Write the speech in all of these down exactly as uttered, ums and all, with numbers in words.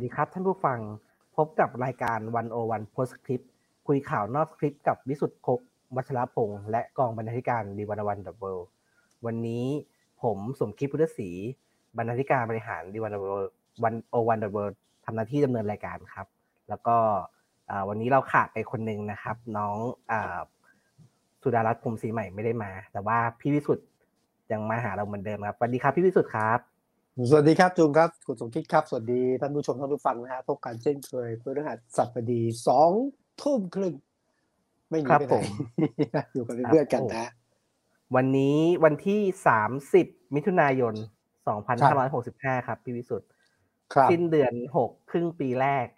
ดีครับท่านผู้ฟังพบกับรายการหนึ่งศูนย์หนึ่ง Postscript คุยข่าวนอกสคริปต์กับวิสุทธิ์คกวัชรพงษ์และกองบรรณาธิการดีวันวันเดอะเวิลด์วันนี้ผมสมคิดพุทธศรีบรรณาธิการบริหารดีวันวันโอวันเดอะเวิลด์ทำหน้าที่ดำเนินรายการครับแล้วก็วันนี้เราขาดไปคนนึงนะครับน้องสุดารัตน์พรหมศรีใหม่ไม่ได้มาแต่ว่าพี่วิสุทธิ์ยังมาหาเราเหมือนเดิมครับสวัสดีครับพี่วิสุทธิ์ครับสวัสดีครับจูนครับคุณสมคิดครับสวัสดีท่านผู้ชมท่านผู้ฟังนะฮะพบกันเช่นเคยพฤหัสบดีสองทุ่มครึ่งไม่หนีไปไหนอยู่กันเป็นเพื่อนกันนะวันนี้วันที่สามสิบมิถุนายนสองพันห้าร้อยหกสิบห้าครับพี่วิสุทธิ์สิ้นเดือนหกครึ่งปีแรก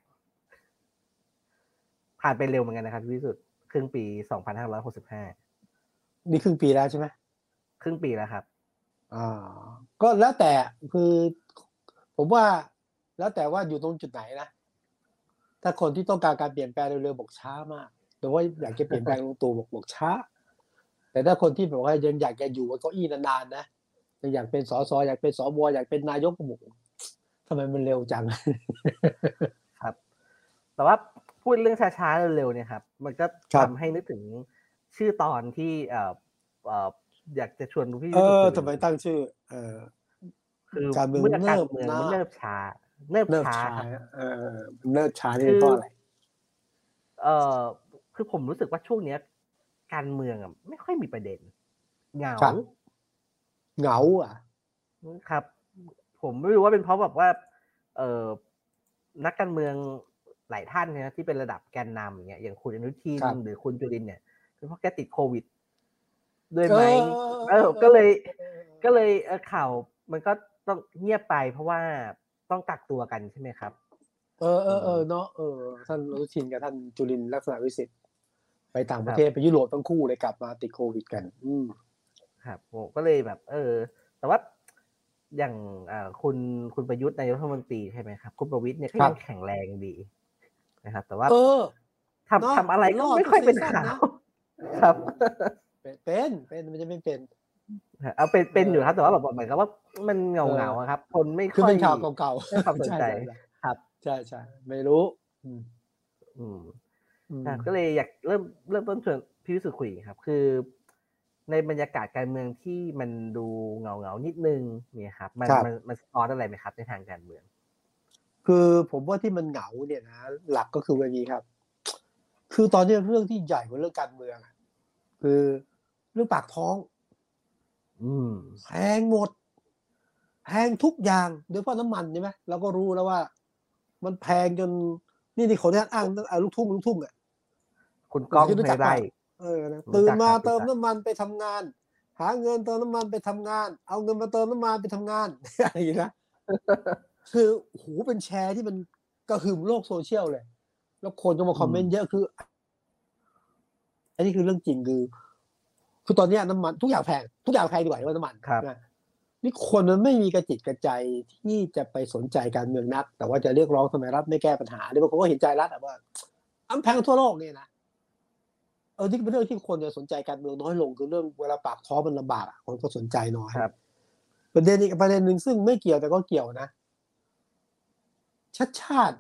ผ่านไปเร็วเหมือนกันนะครับพี่วิสุทธิ์ครึ่งปีสองพันห้าร้อยหกสิบห้านี่ครึ่งปีแล้วใช่ไหมครึ่งปีแล้วครับอ่าก็แล้วแต่คือผมว่าแล้วแต่ว่าอยู่ตรงจุดไหนนะถ้าคนที่ต้องการการเปลี่ยนแปลงเร็วๆบอกช้ามากหรือว่าอยากจะเปลี่ยนแปลงลงตัวบอกบอกช้าแต่ถ้าคนที่บอกว่ายังอยากจะอยู่บนเก้าอี้นานๆนะยังอยากเป็นสสอยากเป็นสวอยากเป็นนายกก็บอกทำไมมันเร็วจังครับแต่ว่าพูดเรื่องช้าๆเร็วๆเนี่ยครับมันก็ทำให้นึกถึงชื่อตอนที่เอ่อเอ่ออยากจะชวนพี่เออทำไมตั้งชื่อเออคือการเมืองเนิบมันเนิบช้าเนิบช้าเออเนิบช้านี่เพราะอะไรเออคือผมรู้สึกว่าช่วงนี้การเมืองอ่ะไม่ค่อยมีประเด็นเหงาเหงาอ่ะครับผมไม่รู้ว่าเป็นเพราะแบบว่าเออนักการเมืองหลายท่านเนี่ยที่เป็นระดับแกนนำเนี่ยอย่างคุณอนุทินหรือคุณจุรินทร์เนี่ยเป็นเพราะแกติดโควิดด้วยไหมเออก็เลยก็เลยเออข่าวมันก็ต้องเงียบไปเพราะว่าต้องกักตัวกันใช่ไหมครับเออเออเออเนาะเออท่านอนุทินกับท่านจุรินทร์ลักษณะวิสิทธิ์ไปต่างประเทศไปยุโรปทั้งคู่เลยกลับมาติดโควิดกันอืมครับผมก็เลยแบบเออแต่ว่าอย่างอ่าคุณคุณประยุทธ์นายกรัฐมนตรีใช่ไหมครับคุณประวิตรเนี่ยก็ยังแข็งแรงดีนะครับแต่ว่าทำทำอะไรก็ไม่ค่อยเป็นข่าวครับเป็นเป็นมันจะไม่เป็นเอาเป็นเป็นอยู่ครับแต่ว่าแบบเหมือนกับว่ามันเงาเงาครับคนไม่ค่อยคือเป็นข่าวเก่าๆให้ความสนใจครับใช่ใช่ไม่รู้อืมอืมก็เลยอยากเริ่มเริ่มต้นชวนพี่วิสุทธิ์คุยครับคือในบรรยากาศการเมืองที่มันดูเงาเงานิดนึงเนี่ยครับมันมันมันสะท้อนอะไรไหมครับในทางการเมืองคือผมว่าที่มันเหงาเนี่ยนะหลักก็คือวันนี้ครับคือตอนนี้เรื่องที่ใหญ่กว่าเรื่องการเมืองคือเรื่องปากท้องอืมแพงหมดแพงทุกอย่างโดยเฉพาะน้ำมันใช่ไหมเราก็รู้แล้วว่ามันแพงจนนี่นี่ขออนุญาตอ้างเอาลูกทุ่งลูกทุ่งอ่ะคุณก้องไม่ได้เออตื่นมาเติมน้ำมันไปทำงานหาเงินเติมน้ำมันไปทำงานเอาเงินมาเติมน้ำมันไปทำงานอะไรอย่างเงี้ยคือโหเป็นแชร์ที่มันกระหึ่มโลกโซเชียลเลยแล้วคนก็มาคอมเมนต์เยอะคืออันนี้คือเรื่องจริงคือคือตอนนี้น้ำมันทุกอย่างแพงทุกอย่างแพงดีกว่าน้ำมันนะนี่คนมันไม่มีกระจิตกระใจที่จะไปสนใจการเมืองนักแต่ว่าจะเรียกร้องทำไมรัฐไม่แก้ปัญหาเนี่ยบางคนก็เห็นใจรัฐว่าอันแพงทั่วโลกเนี่ยนะเออที่เป็นเรื่องที่คนจะสนใจการเมืองน้อยลงคือเรื่องเวลาปากท้องมันลำบากคนก็สนใจน้อยประเด็นอีกประเด็นหนึ่งซึ่งไม่เกี่ยวแต่ก็เกี่ยวนะชัดชาติ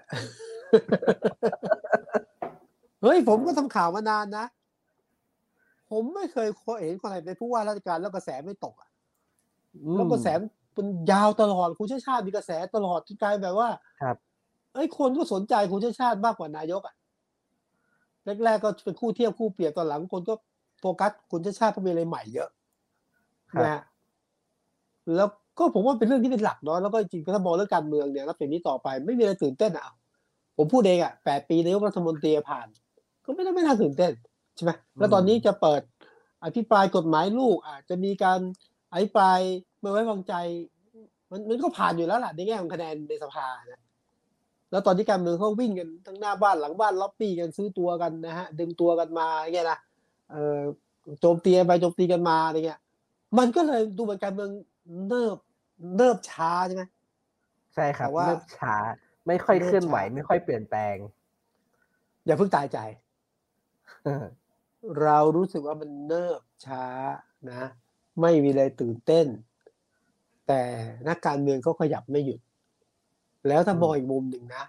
เฮ้ยผมก็ทำข่าวมานานนะผมไม่เคยเห็นคนไหนเป็นผู้ว่าราชการแล้วกระแสไม่ตกอ่ะแล้วกระแสมันยาวตลอดคุณชาติชาติมีกระแสตลอดที่กลายแบบว่าครับเอ้ยคนก็สนใจคุณชาติชาติมากกว่านายกอ่ะแรกๆก็เป็นคู่เทียบคู่เปรียบตอนหลังคนก็โฟกัสคุณชาติชาติเพราะมีอะไรใหม่เยอะนะแล้วก็ผมว่าเป็นเรื่องที่เป็นหลักเนาะแล้วก็จริงๆถ้ามองเรื่องการเมืองเนี่ยนับจากนี้ต่อไปไม่มีอะไรตื่นเต้นอ่ะผมพูดเองอ่ะแปดปีนายกรัฐมนตรีผ่านก็ไม่ได้ไม่น่าตื่นเต้นใช่ไหมแล้วตอนนี้จะเปิดอภิปรายกฎหมายลูกอาจจะมีการอภิปรายไม่ไว้วางใจมันมันก็ผ่านอยู่แล้วล่ะในแง่ของคะแนนในสภานะแล้วตอนที่การเมืองเขาวิ่งกันทั้งหน้าบ้านหลังบ้านล็อบบี้กันซื้อตัวกันนะฮะดึงตัวกันมาอย่างเงี้ยนะเอ่อโจมตีไปโจมตีกันมาอะไรเงี้ยมันก็เลยดูเหมือนการเมืองเนิบเนิบช้าใช่ไหมใช่ครับเนิบช้าไม่ค่อยเคลื่อนไหวไม่ค่อยเปลี่ยนแปลงอย่าเพิ่งตายใจเรารู้สึกว่ามันเนิบช้านะไม่มีอะไรตื่นเต้นแต่นักการเมืองเขาขยับไม่หยุดแล้วถ้ามองอีกมุมหนึ่งนะ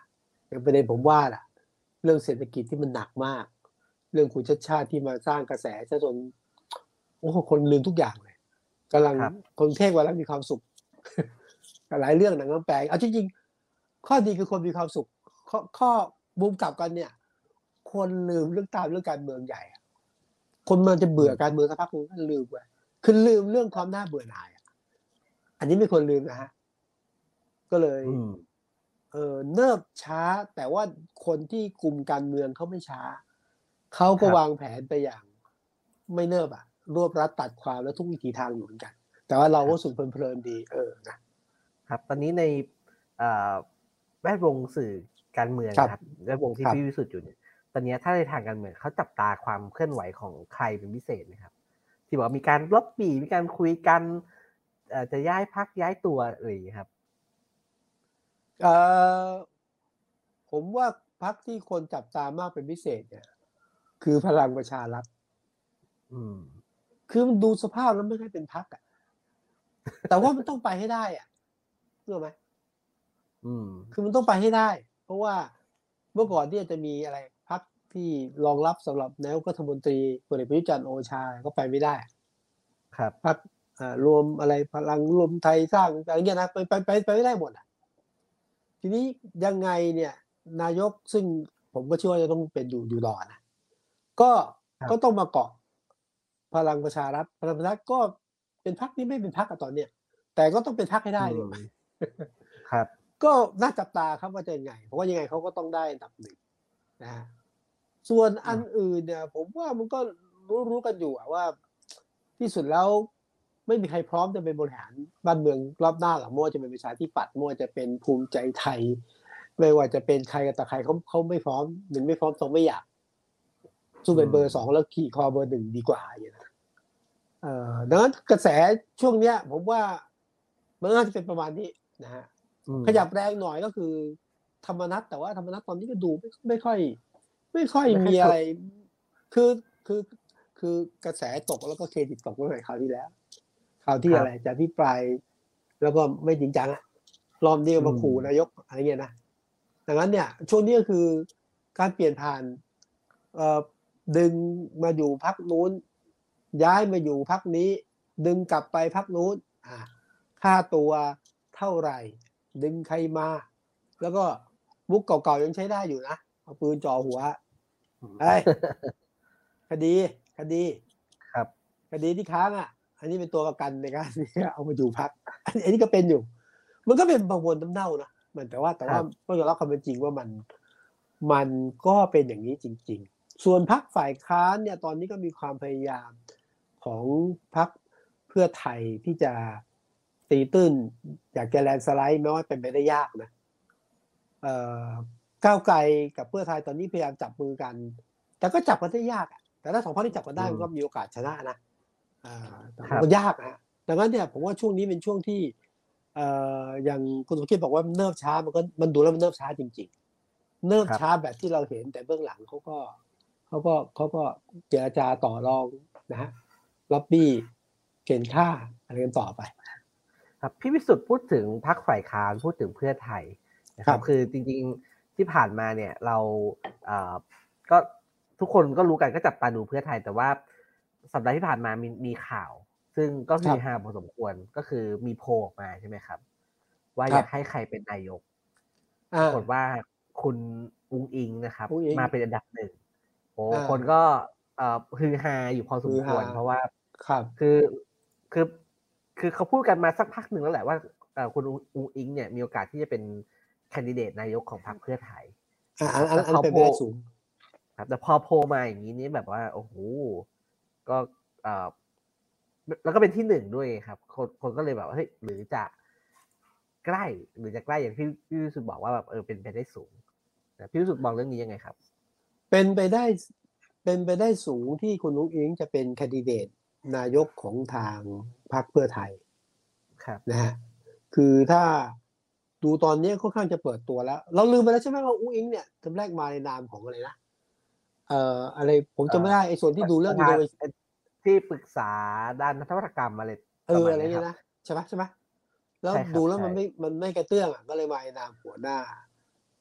อย่างประเด็นผมว่าน่ะเรื่องเศรษฐกิจที่มันหนักมากเรื่องคุณชัชชาติที่มาสร้างกระแสซะจนโอ้โหคนลืมทุกอย่างเลยกำลังครับคนเทศวันแล้วมีความสุข กับหลายเรื่องหนังกำแพงเอาจริงๆข้อดีคือคนมีความสุขข้อข้อมุมกลับกันเนี่ยคนลืมเรื่องตามเรื่องการเมืองใหญ่อะคนมันจะอืเบื่อมการเมืองสักพักนึงก็ลืมไปคือลืมเรื่องความน่าเบื่อหน่ายอะอันนี้ไม่ควรลืมนะฮะก็เลยอืมเออเนิบช้าแต่ว่าคนที่กลุ่มการเมืองเขาไม่ช้าเขาครับก็วางแผนไปอย่างไม่เนิบอะรวบรัดตัดความแล้วทุกวิถีทางอยู่เหมือนกันแต่ว่าเราก็สุขเพลินๆดีเออนะครับตอนนี้ในเอ่อแวดวงสื่อการเมืองครับครับแวดวงที่ครับพี่วิสุทธ์อยู่เนี่ยตอนนี้ถ้าในทางการเมืองเขาจับตาความเคลื่อนไหวของใครเป็นพิเศษไหมครับที่บอกว่ามีการล็อบบี้มีการคุยกันเอ่อจะย้ายพรรคย้ายตัวอะไรอย่างเงี้ยครับเอ่อ ผมว่าพรรคที่คนจับตามากเป็นพิเศษเนี่ยคือพลังประชารัฐอืมคือมันดูสภาพแล้วไม่ใช่เป็นพรรคอะแต่ว่ามันต้องไปให้ได้อะรู้ไหมอืมคือมันต้องไปให้ได้ เพราะว่าเมื่อก่อนที่จะมีอะไรพรรคที่รองรับสำหรับนายกรัฐมนตรีพลเอกประยุทธ์จันทร์โอชาก็ไปไม่ได้ครับพรรครวมอะไรพลังรวมไทยสร้างอะไรเงี้ยนะไปไปไปไปไม่ได้หมดอ่ะทีนี้ยังไงเนี่ยนายกซึ่งผมก็เชื่อว่าจะต้องเป็นอยู่อยู่รอนะ ก็ก็ครับต้องมาเกาะพลังประชารัฐพลังประชารัฐก็เป็นพรรคที่ไม่เป็นพรรคอะตอนเนี้ยแต่ก็ต้องเป็นพรรคให้อืได้เลมยครับก็น่าจับตาครับว่าจะยังไงเพราะว่ายังไงเขาก็ต้องได้อันดับหนึ่งนะฮะส่วนอันอืมอื่นเนี่ยผมว่ามันก็รู้รู้กันอยู่อะว่าที่สุดแล้วไม่มีใครพร้อมจะเป็นบริหารบ้านเมืองรอบหน้าหรอกไม่ว่าจะเป็นประชาธิปัตย์ไม่ว่าจะเป็นภูมิใจไทยไม่ว่าจะเป็นใครกับแต่ใครเขาเขาไม่พร้อมหนึ่งไม่พร้อมสองไม่อยากสู้อืเป็นเบอร์สองมแล้วขี่คอเบอร์หนึ่งดีกว่าอย่างนั้นเอ่อดังนั้นกระแสช่วงเนี้ยผมว่ามันน่าจะเป็นประมาณนี้นะฮะอืมขยับแรงหน่อยก็คือธรรมนัตแต่ว่าธรรมนัตตอนนี้ก็ดูไม่ไม่ค่อยไม่ค่อยไม่ค่อยสุดมีอะไรคือคือคือกระแสตกแล้วก็เครดิตตกเมื่อไหร่คราวที่แล้วคราวคที่รับอะไรจะพิปรายแล้วก็ไม่จริงจังอะรอบนี้ก็อืมมาขู่นายกอะไรเงี้ยนะดังนั้นเนี่ยช่วงนี้ก็คือการเปลี่ยนผ่านเอ่อดึงมาอยู่พักนู้นย้ายมาอยู่พักนี้ดึงกลับไปพักนู้นอ่าค่าตัวเท่าไหร่ดึงใครมาแล้วก็มุกเก่าๆยังใช้ได้อยู่นะเอาปืนจ่อหัวเอ้ยคดีคดีครับคดีที่ค้างอ่ะอันนี้เป็นตัวประกันในการเอามาอยู่พักอันนี้อันนี้ก็เป็นอยู่ มันก็เป็นบางวนน้ำเน่านะมันแต่ว่าแต่ว่าครับต้องยอมรับความเป็นจริงว่ามันมันก็เป็นอย่างนี้จริงๆส่วนพรรคฝ่ายค้านเนี่ยตอนนี้ก็มีความพยายามของพรรคเพื่อไทยที่จะตีตื้นอยากจะแลนสไลด์แม้ว่าเป็นไปได้ยากนะเอ่อก้าวไกลกับเพื่อไทยตอนนี้พยายามจับมือกันแต่ก็จับกันได้ยากอะแต่ถ้าสองพรรคที่จับกันอืได้มันมก็มีโอกาสชนะนะอ่าแต่ครับมันก็ยากนะดังนั้นเนี่ยผมว่าช่วงนี้เป็นช่วงที่ เอ่ออย่างคุณสมคิดบอกว่าเนิบช้ามันก็มันดูแล้วมันเนิบช้าจริงๆเนิบครับช้าแบบที่เราเห็นแต่เบื้องหลังเขาก็เขาก็เขาก็เจรจาต่อรองนะฮะล็อบบี้เข็นค่าอะไรกันต่อไปครับพี่วิสุทธ์พูดถึงพรรคฝ่ายค้านพูดถึงเพื่อไทยนะครับครับคือจริงๆที่ผ่านมาเนี่ยเราเอ่อก็ทุกคนก็รู้กันก็จับตาดูเพื่อไทยแต่ว่าสัปดาห์ที่ผ่านมามีมีข่าว ซึ่งก็คคือรับฮาพอสมควรก็คือมีโพลออกมาใช่ไหมครับว่าครับอยากให้ใครเป็นนายกปอ่ารากฏว่าคุณอุ้งอิงนะครับอุ้งอิงมาเป็นอันดับหนึ่งโอ้อ่คนก็าเอ่อฮือฮาอยู่พอสคือฮามควรเพราะว่าครับคือคือคือเขาพูดกันมาสักพักหนึ่งแล้วแหละว่าเอ่อคุณอุ้งอิงเนี่ยมีโอกาสที่จะเป็นแคนดิเดตนายกของพรรคเพื่อไทยอ่านะครับแต่อันอันอันเป็นพอโพลไปได้สูงครับแต่พอโพลมาอย่างนี้นี่แบบว่าโอ้โหก็เอ่อแล้วก็เป็นที่หนึ่งด้วยครับคนคนก็เลยแบบว่าเฮ้ยหรือจะใกล้หรือจะใกล้อย่างที่พี่วิสุทธ์บอกว่าแบบเออเป็นไปได้สูงนะพี่วิสุทธ์มองเรื่องนี้ยังไงครับเป็นไปได้เป็นไปได้สูงที่คุณนุ้งอิงจะเป็นแคนดิเดตนายกของทางพรรคเพื่อไทยครับนะฮะคือถ้าดูตอนนี้ค่อนข้างจะเปิดตัวแล้ว เราลืมไปแล้วใช่ไหมว่าอุ้งอิงเนี่ยจำแรกมาในนามของอะไรนะเอ่ออะไรผมเอ่อจำไม่ได้ไอ้ส่วนที่ดูเรื่ประธานองอินโนเวชันที่ปรึกษาด้านนวัตกรรมอะไรเอประอมาณนี้ครับอะไรเงี้ยนะใช่ไหมใช่ไหมแล้วใช่ครับใช่ดูแล้วมันไม่มันไม่กระเตื้องอ่ะก็เลยมาในนามหัวหน้า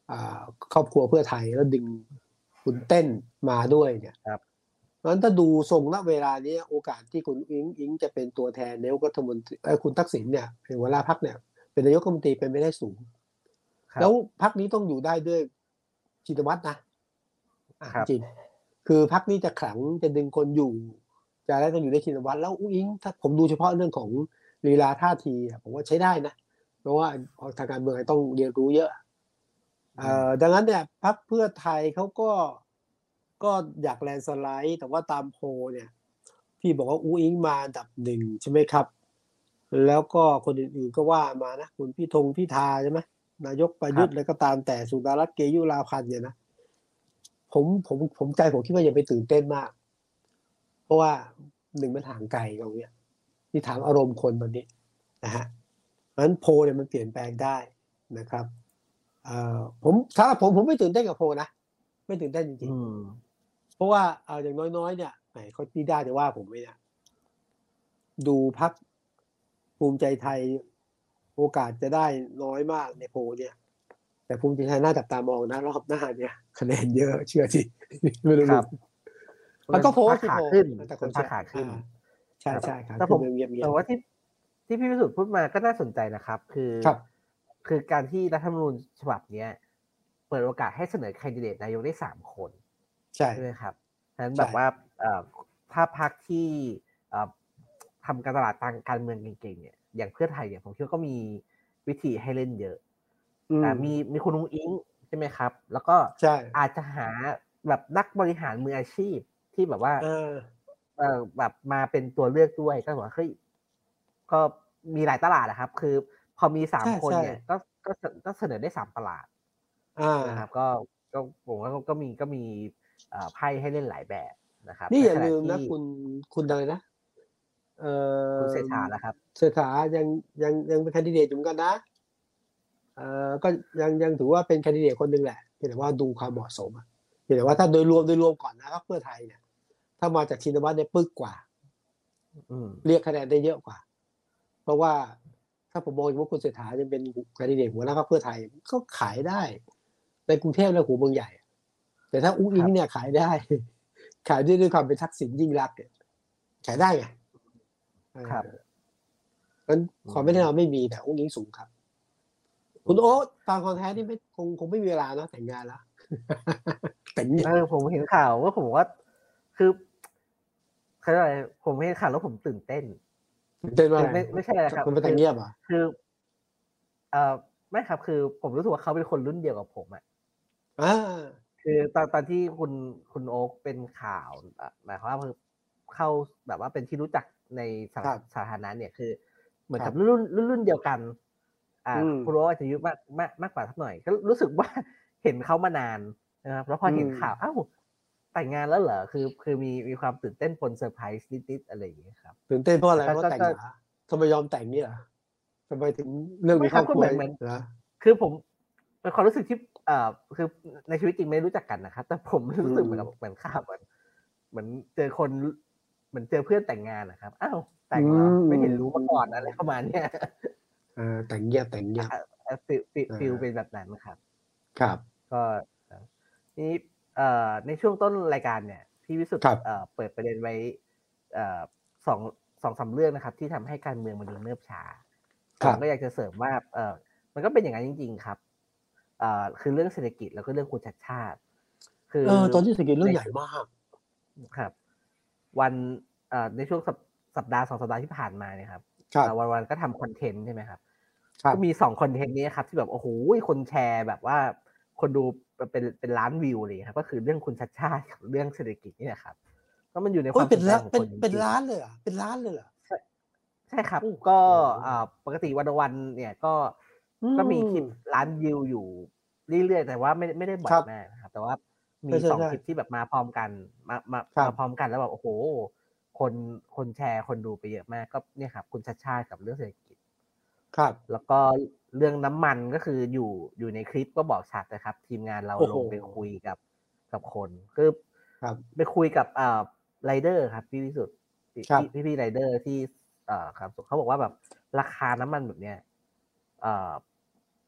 อ่าครอบครัวเพื่อไทยแล้วดึงคุณเต้นมาด้วยเนี่ยครับเพราะฉะนั้นถ้าดูทรงณเวลานี้โอกาสที่คุณอิงอิงจะเป็นตัวแทนนายกรัฐมนตรีเอ่อคุณทักษิณเนี่ยเป็นหัวหน้าพรรคเนี่ยเป็นนายกรัฐมนตรีเป็นไปได้สูงครับแล้วพรรคนี้ต้องอยู่ได้ด้วยชินวัตรนะอ่ะครับจริงคือพรรคนี้จะขลังจะดึงคนอยู่จะได้ต้องอยู่ได้ชินวัตรแล้วอุ้งอิงถ้าผมดูเฉพาะเรื่องของลีลาท่าทีอะผมว่าใช้ได้นะเพราะว่าทางการเมืองต้องเรียนรู้เยอะเอ่อดังนั้นเนี่ยพรรคเพื่อไทยเขาก็ก็อยากแลนด์สไลด์แต่ว่าตามโพลเนี่ยที่บอกว่าอุ้งอิงมาอันดับหนึ่งใช่ไหมครับ แล้วก็คนอื่นๆก็ว่ามานะคุณพี่ธงพี่ทาใช่ไหมนายกประครับยุทธ์อะไรก็ตามแต่สุดารัตน์เกยุราพันธ์เนี่ยนะผมผมผมใจผมคิดว่าอย่าไปตื่นเต้นมากเพราะว่าหนึ่งมันห่างไกลตรงเนี้ยที่ถามอารมณ์คนตอนนี้นะฮะเพราะฉะนั้นโพลเนี่ยมันเปลี่ยนแปลงได้นะครับเอ่อผมถ้าผมผมไม่ตื่นเต้นกับโพลนะไม่ตื่นเต้นจริงอืมๆเพราะว่าเอาอย่างน้อยๆเนี่ยแหมเขาที่ได้จะว่าผมไหมเนี่ยดูพรรคภูมิใจไทยโอกาสจะได้น้อยมากในโพลเนี่ย แต่ภูมิใจไทยน่าจับตามองนะรอบหน้าเนี่ยคะแนนเยอะเชื่อที่ ไม่รู้ครับลุงมันก็โพสภาคต์คือโพสต์ขาขึ้นเป็นภาคแต่คนเชื่อขาขึ้นอ่าใช่ครับใช่ครับแต่ผมคือมันเงียบเงียบแต่ว่าที่ที่พี่พิสุทธิ์พูดมาก็น่าสนใจนะครับคือครับคือการที่รัฐธรรมนูญฉบับเนี้ยเปิดโอกาสให้เสนอแคนดิเดตนายกได้สามคนใช่ใช่ไหมครับฉะนั้นแบใช่บว่าเอ่อถ้าพรรคที่เอ่อทำการตลาดทางการเมืองเก่งๆเนี่ยอย่างเพื่อไทยเนี่ยผมคิดว่าก็มีวิธีให้เล่นเยอะอืมอ่ามีมีคุณอุ้งอิงใช่ไหมครับแล้วก็ใช่อาจจะหาแบบนักบริหารมืออาชีพที่แบบว่าเออเอ่อแบบมาเป็นตัวเลือกด้วยก็บอกว่าเฮ้ยก็มีหลายตลาดอะครับคือพอมีสามใช่ใช่คนเนี่ยก็ก็ก็เสนอได้สามตลาดอ่ใช่ไหมครับาก็ก็ผมว่าก็มีก็มีเอ่อไพ่ให้เล่นหลายแบบนะครับนี่อย่าในขณะที่ลืมนะคุณคุณอะไรนะเอ่คุณเศรอษฐานะครับเศรษฐายังยังยังเป็นแคนดิเดตอยู่เหมือนกันนะเอ่อก็ยังยังถือว่าเป็นแคนดิเดตคนหนึ่งแหละเพียงแต่ว่าดูความเหมาะสมอะเพียงแต่ว่าถ้าโดยรวมโดยรวมก่อนนะครับเพื่อไทยเนี่ยถ้ามาจากชินวัตรเนี่ยปึ๊กกว่าอืมเรียกคะแนนได้เยอะกว่าเพราะว่าถ้าผมมองว่าคุณเศรษฐายังเป็นแคนดิเดตหัวหน้าพรรคเพื่อไทยก็ขายได้ในกรุงเทพและหัวเมืองใหญ่แต่ถ้าอุ้งอิงเนี่ยขายได้ขายด้วยด้วยความเป็นทักษิณยิ่งรักษณ์เนี่ยขายได้ไงเอครับอนั้นอืความไม่แน่นอนมไม่มีแต่อุ้งอิงสูงครับคุณโอ๊ตตามคอนแทสนี่ไม่คงคงไม่มีเวลานะแต่งงานแล้วแต่งเนี่ยเออผมเห็นข่าวว่าผมว่าคือเขาเรียกอะไรผมเห็นข่าวแล้วผมตื่นเต้นเต้นว่าอะไรคือไม่ไม่ใช่อะไรครับมันไปแต่คืองเงียบเหรอ่ะคือเอ่อไม่ครับคือผมรู้สึกว่าเขาเป็นคนรุ่นเดียวกับผมอะอ่าคือตอนตอนที่คุณคุณโอ๊คเป็นข่าวอ่ะหมายความว่าคือเข้าแบบว่าเป็นที่รู้จักในสาครับสาธารณะเนี่ยคือเหมือนครับกับรุ่นรุ่นรุ่นเดียวกันอ่าอืมคุณโอ๊คอาจจะอายุมากมากมากกว่าสักหน่อยก็รู้สึกว่าเห็นเขามานานนะครับแล้วพออืมเห็นข่าวอ้าวแต่งงานแล้วเหรอคือคือมีมีความตื่นเต้นปนเซอร์ไพรส์นิดๆอะไรอย่างเงี้ยครับตื่นเต้นเพราะอะแต่ไรเพราะก็ก็ก็แต่งเหรอทำไมยอมแต่งเนี่ยเหรอ ทำไมถึงเรื่องไม่มีครอบครัวครับก็เหมือนเหมือนเหรอคือผมเป็นความรู้สึกที่เอ่อคือในชีวิตจริงไม่รู้จักกันนะครับแต่ผมอืรู้สึกเหมือนกับมเหมือนข่าวเหมือนเหมือนเจอคนเหมือนเจอเพื่อนแต่งงานนะครับอ้าวอืแต่งเหรอไม่เห็นมรู้มาก่อนอะไรประมาณเนี้ยเออแต่งเงียบแต่งเงียบฟิลฟิลเอฟิลอเป็นแบบนั้นครับครับก็ทีนี้เอ่อในช่วงต้นรายการเนี่ยพี่วิสุทธ์ครับเอ่อเปิดประเด็นไว้เอ่อสองสองสามเรื่องนะครับที่ทำให้การเมืองมันดูเนิบช้าผมครับก็อยากจะเสริมว่าเออมันก็เป็นอย่างนั้นจริงๆครับ เอ่อคือเรื่องเศรษฐกิจแล้วก็เรื่องคุณชัดชาติคือเออตอนที่เศรษฐกิจเรื่ในองใหญ่มากครับวันเอ่อในช่วงสัปสัปดาห์สองสัปดาห์ที่ผ่านมาเนี่ยครับครับเอ่อวันๆก็ทำคอนเทนต์ใช่ไหมครับครับก็มีสองคอนเทนต์นี้ครับที่แบบโอ้โหคนแชร์แบบว่าคนดูเป็นเป็นล้านวิวเลยครับก็คือเรื่องคุณชัดชาติกับเรื่องเศรษฐกิจนี่แหละครับก็มันอยู่ในคโอ้วามสนใจยเป็นละเป็นของคนจเป็นริงล้านเลยเหรอ่ะเป็นล้านเลยเหรอๆใช่ใช่ครับโอ้ก็โหอ่าปกติวันวันเนี่ยก็อืก็มีคลิปมล้านวิวอยู่เรื่อยๆแต่ว่าไม่ไม่ได้บ่อยครับมากนะครับแต่ว่า มีใช่ใช่ใช่สองคลิปที่แบบมาพร้อมกันมามาครับมาพร้อมกันแล้วแบบโอ้โฮคนคนแชร์คนดูไปเยอะมากก็เนี่ยครับคุณชัดชาติกับเรื่องเศรษฐกิจครับแล้วก็เรื่องน้ำมันก็คืออยู่อยู่ในคลิปก็บอกชัดนะครับทีมงานเราโอ้โหลงไปคุยกับกับคนคือครับไปคุยกับอ่าไรเดอร์ครับพี่วิสุทธิ์ครับพี่พี่ๆไรเดอร์ที่เอ่อครับเขาบอกว่าแบบราคาน้ำมันแบบเนี้ยเอ่อ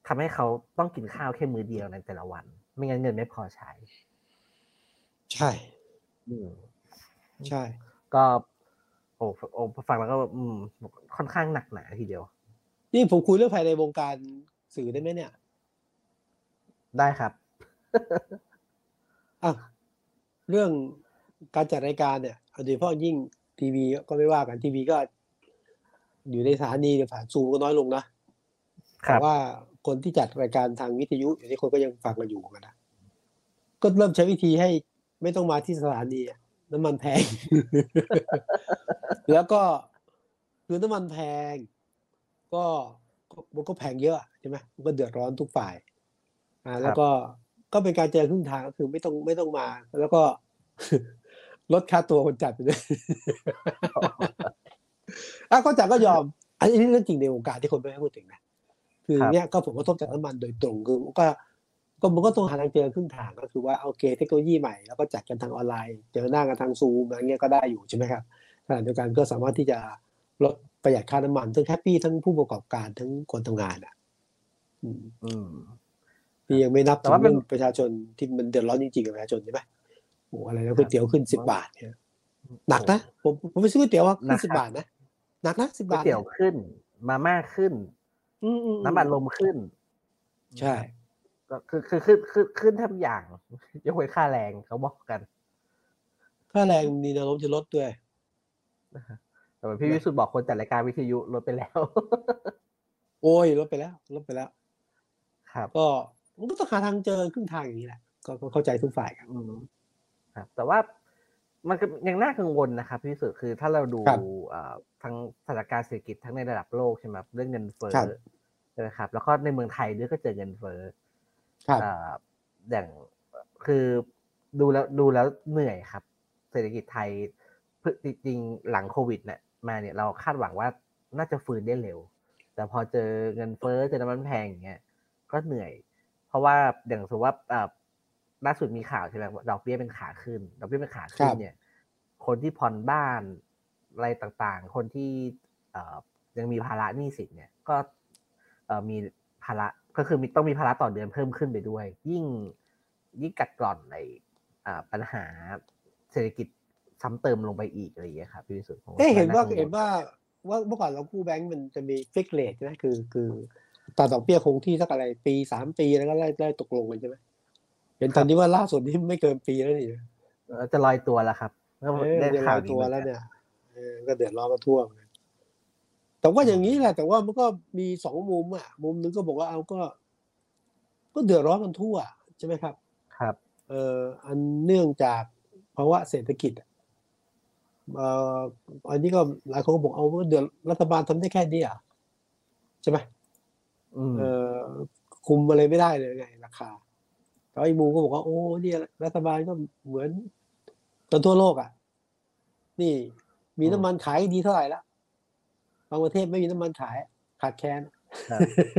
ทำให้เขาต้องกินข้าวแค่มื้อเดียวในแต่ละวัน ไม่งั้นเงินไม่พอใช้ใช่อืมใช่ก็โอ้โอ้ฟังแล้วก็อืมค่อนข้างหนักหนาทีเดียวนี่ผมคุยเรื่องภายในวงการสื่อได้ไหมเนี่ยได้ครับอ่ะเรื่องการจัดรายการเนี่ยโดยเฉพาะยิ่งทีวีก็ไม่ว่ากันทีวีก็อยู่ในสถานีผ่านซูมก็น้อยลงนะแต่ว่าคนที่จัดรายการทางวิทยุอย่างนี้คนก็ยังฟังกันอยู่กันนะก็เริ่มใช้วิธีให้ไม่ต้องมาที่สถานีน้ำมันแพง แล้วก็คือน้ำมันแพงก็มันก็แพงเยอะใช่ไหมมันก็เดือดร้อนทุกฝ่ายอ่าแล้วก็ก็เป็นการเจอครึ่งทางก็คือไม่ต้องไม่ต้องมา แล้วก็ ลดค่าตัวคนจัดไปด้วย อ่ะก็จัดก็ยอมอันนี้เรื่องจริงในวงการที่คนไม่พูดถึงนะคือเนี้ยก็ผลกระทบจากน้ำมันโดยตรงคือก็ก็มันก็ต้องหาทางเจอครึ่งทางก็คือว่าโอเคเทคโนโลยีใหม่แล้วก็จัดกันทางออนไลน์เจอหน้ากันทางซูมอะไรเงี้ยก็ได้อยู่ใช่ไหมครับขณะเดียวกันก็สามารถที่จะลดประหยัดค่าน้ำมันทั้งแฮปปี้ทั้งผู้ประกอบการทั้งคนทำงานอ่ะอืมอืมนี่ยังไม่นับแต่ว่าเป็ถึงเรื่อน งประชาชนที่มันเดือดร้อนจริงๆกับประชาชนใช่ไหมโอ้อะไรนะคก๋วรับยเตี๋ยวขึ้นสิบบาทเนี่ยหนักโอ้นะผมผมไปซื้อก๋วยเตี๋ยวว่าขึ้นสิบนะครับบาทนะหนักนะสิบก๋วยเตี๋ยวบาทนะขึ้น มาม่าขึ้นอืมอืมอืมน้ำอัดลมขึ้นใช่นะครับก็คือคือขึ้นขึ้นขึ้นแทบอย่างยกเว้นค่าแรงเขาบอกกันค่าแรงมีแนวโน้มจะลดด้วยแต่ว่าพี่วินะสุทธ์บอกคนจัดรายการวิทยุลดไปแล้วโอ้ยลดไปแล้วลดไปแล้วครับก็มันก็ต้องหาทางเจอครึ่งทางอย่างนี้แหละก็ก็เข้าใจทุกฝ่ายครับอืมครับแต่ว่ามันก็ยังน่ากังวลนะครับพี่วิสุทธ์คือถ้าเราดูครับเอ่อทั้งสถานการณ์เศรษฐกิจทั้งในระดับโลกใช่ไหมครับเรื่องเงินเฟ้อครับใช่ไหมครับแล้วก็ในเมืองไทยด้วยก็เจอเงินเฟ้อครับเอ่ออย่างคือดูแล้วดูแล้วเหนื่อยครับเศรษฐกิจไทยจริงๆหลังโควิดเนี่ยมาเนี่ยเราคาดหวังว่าน่าจะฟื้นได้เร็ว แต่พอเจอเงินเฟ้อเจอน้ำมันแพงอย่างเงี้ยก็เหนื่อย เพราะว่าอย่างสมมติว่าอ่าล่าสุดมีข่าวใช่ไหมดอกเบี้ยเป็นขาขึ้นดอกเบี้ยเป็นขาขึ้นเนี่ยคนที่ผ่อนบ้านอะไรต่างๆคนที่เอ่อยังมีภาระหนี้สินเนี่ยก็เอ่อมีภาระก็คือมีต้องมีภาระต่อเดือนเพิ่มขึ้นไปด้วย ยิ่งยิ่งกัดกร่อนในอ่าปัญหาเศรษฐกิจซ้ำเติมลงไปอีกอะไรอย่างเงี้ยครับพี่วิสุทธิ์ผมเอ๊ะเห็นว่าน่ากังวลเห็นว่าว่าเมื่อก่อนเรากู้แบงก์มันจะมีฟิกเรทใช่ไหมคือคือตราดอกเบี้ยคงที่สักอะไรปีสามปีแล้วก็ไล่ไล่ตกลงกันใช่ไหมเห็นตอนนี้ว่าล่าสุดนี่ไม่เกินปีแล้วนี่จะลอยตัวแล้วครับก็เออได้จะลอยข่าวนี้เหมือนกันตัวแล้วเนี่ยเออก็เดือดร้อนกันทั่วเหมือนกันแต่ว่าอย่างนี้แหละแต่ว่ามันก็มีสองมุมอ่ะมุมนึงก็บอกว่าเอาก็ก็เดือดร้อนกันทั่วใช่ไหมครับครับเอ่ออันเนื่องจากภาวะเศรษฐกิจเอ่ออันนี้ก็หลายคนก็บอกเอาว่าเดือดรัฐบาลทำได้แค่นี้อ่ะใช่ไหมอืมเอ่อคุมอะไรไม่ได้เลยไงราคาแต่อีกมุมก็บอกว่าโอ้เนี่ยรัฐบาลก็เหมือนกันทั่วโลกอ่ะนี่มีน้ำมันขายดีเท่าไหร่ละ บางประเทศไม่มีน้ำมันขายขาดแคลนครับ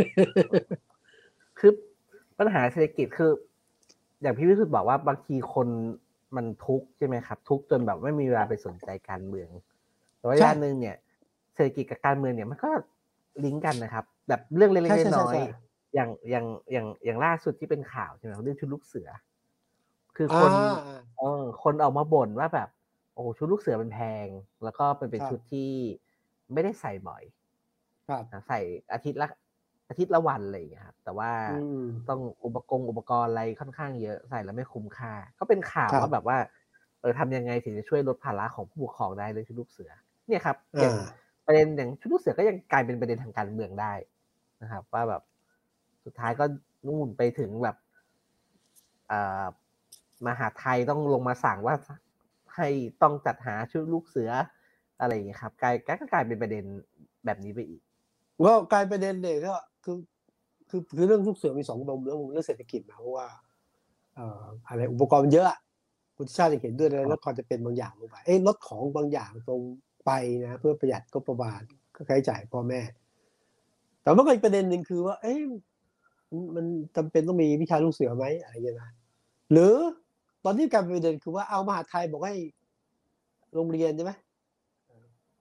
คือปัญหาเศรษฐกิจคือ อย่างพี่วิสุทธ์บอกว่าบางทีคนมันทุกข์ใช่ไหมครับ ทุกข์จนแบบไม่มีเวลาไปสนใจการเมือง แต่ว่าใช่ด้านหนึ่งเนี่ย เศรษฐกิจกับการเมืองเนี่ยมันก็ลิงก์กันนะครับ แบบเรื่องเล็กใช่ใช่ๆน้อยใช่ใช่ๆอย่างอย่างอย่างอย่างล่าสุดที่เป็นข่าวใช่ไหมเรื่องชุดลูกเสือ คืออ่าคนอ่าเออคนออกมาบ่นว่าแบบโอ้ชุดลูกเสือมันแพง แล้วก็เป็นเป็นครับชุดที่ไม่ได้ใส่บ่อยครับใส่อาทิตย์ละอาทิตย์ละวันอะไรอย่างเงี้ยครับแต่ว่าอืมต้องอุปกรณ์อุปกรณ์อะไรค่อนข้างเยอะใส่แล้วไม่คุ้มค่าก็เป็นข่าวครับว่าแบบว่าเออทำยังไงถึงจะช่วยลดภาระของผู้ปกครองได้เรื่องชุดลูกเสือเนี่ยครับอย่างอ่าประเด็นอย่างชุดลูกเสือก็ยังกลายเป็นประเด็นทางการเมืองได้นะครับว่าแบบสุดท้ายก็นู่นไปถึงแบบอ่ามหาไทยต้องลงมาสั่งว่าให้ต้องจัดหาชุดลูกเสืออะไรอย่างเงี้ยครับกลายก็กลายเป็นประเด็นแบบนี้ไปอีกก็กลายประเด็นเนี่ยก็คือคือคือเรื่องลูกเสือมีสองมุมเรื่องมุมเรื่องเศรษฐกิจนะเพราะว่าเอ่ออะไรอุปกรณ์มันเยอะอะคุณชาติจะเห็นด้วยนะแล้วความจะเป็นบางอย่างลงไปเอ้ยลดของบางอย่างตรงไปนะเพื่อประหยัดก็ประมาณก็ใช้จ่ายพ่อแม่แต่ว่าก็อีกประเด็นหนึ่งคือว่า เอ้ยมันจำเป็นต้องมีวิชาลูกเสือไหมอะไรอย่างเงี้ยนะหรือตอนนี้การเป็นประเด็นคือว่าเอามหาไทยบอกให้โรงเรียนใช่ไหม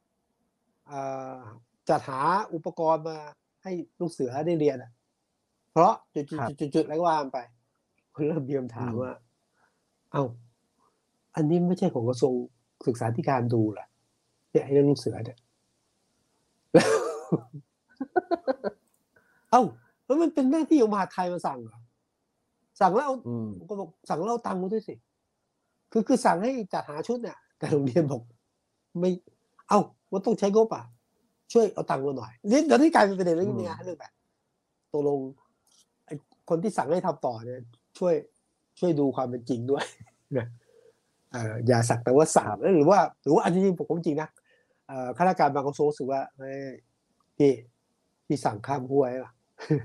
จัดหาอุปกรณ์มาให้ลูกเสือได้เรียนเพราะจุดครับๆๆๆๆแล้วก็ว่าไปเริ่มมีคำถามว่าอ้าวอันนี้ไม่ใช่ของกระทรวงศึกษาธิการดูเหรอเนี่ยไอ้เรื่องลูกเสือเนี่ย เอ้าแล้วมันเป็นหน้าที่ของมหาดไทยมาสั่งเหรอสั่งแล้วเอาอืมก็บอกสั่งแล้วเอาตังค์มาด้วยสิคือคือสั่งให้จัดหาชุดเนี่ยแต่โรงเรียนบอกไม่เอ้ามันต้องใช้งบอ่ะช่วยเอาตังค์มาหน่อยนี่ตอนนี้กลายเป็นประเด็นเรื่องนี้ไงเรื่องแบบตกลงไอ้คนที่สั่งให้ทำต่อเนี่ยช่วยช่วยดูความเป็นจริงด้วย นะเอ่ออย่าสักแต่ว่าสั่งครับหรือว่าหรือว่าอันนี้จริงผมจริงนะเอ่อข้าราชการบางกระทรวงรู้สึกว่าเฮ้ยพี่พี่สั่งข้ามห้วยป่ะ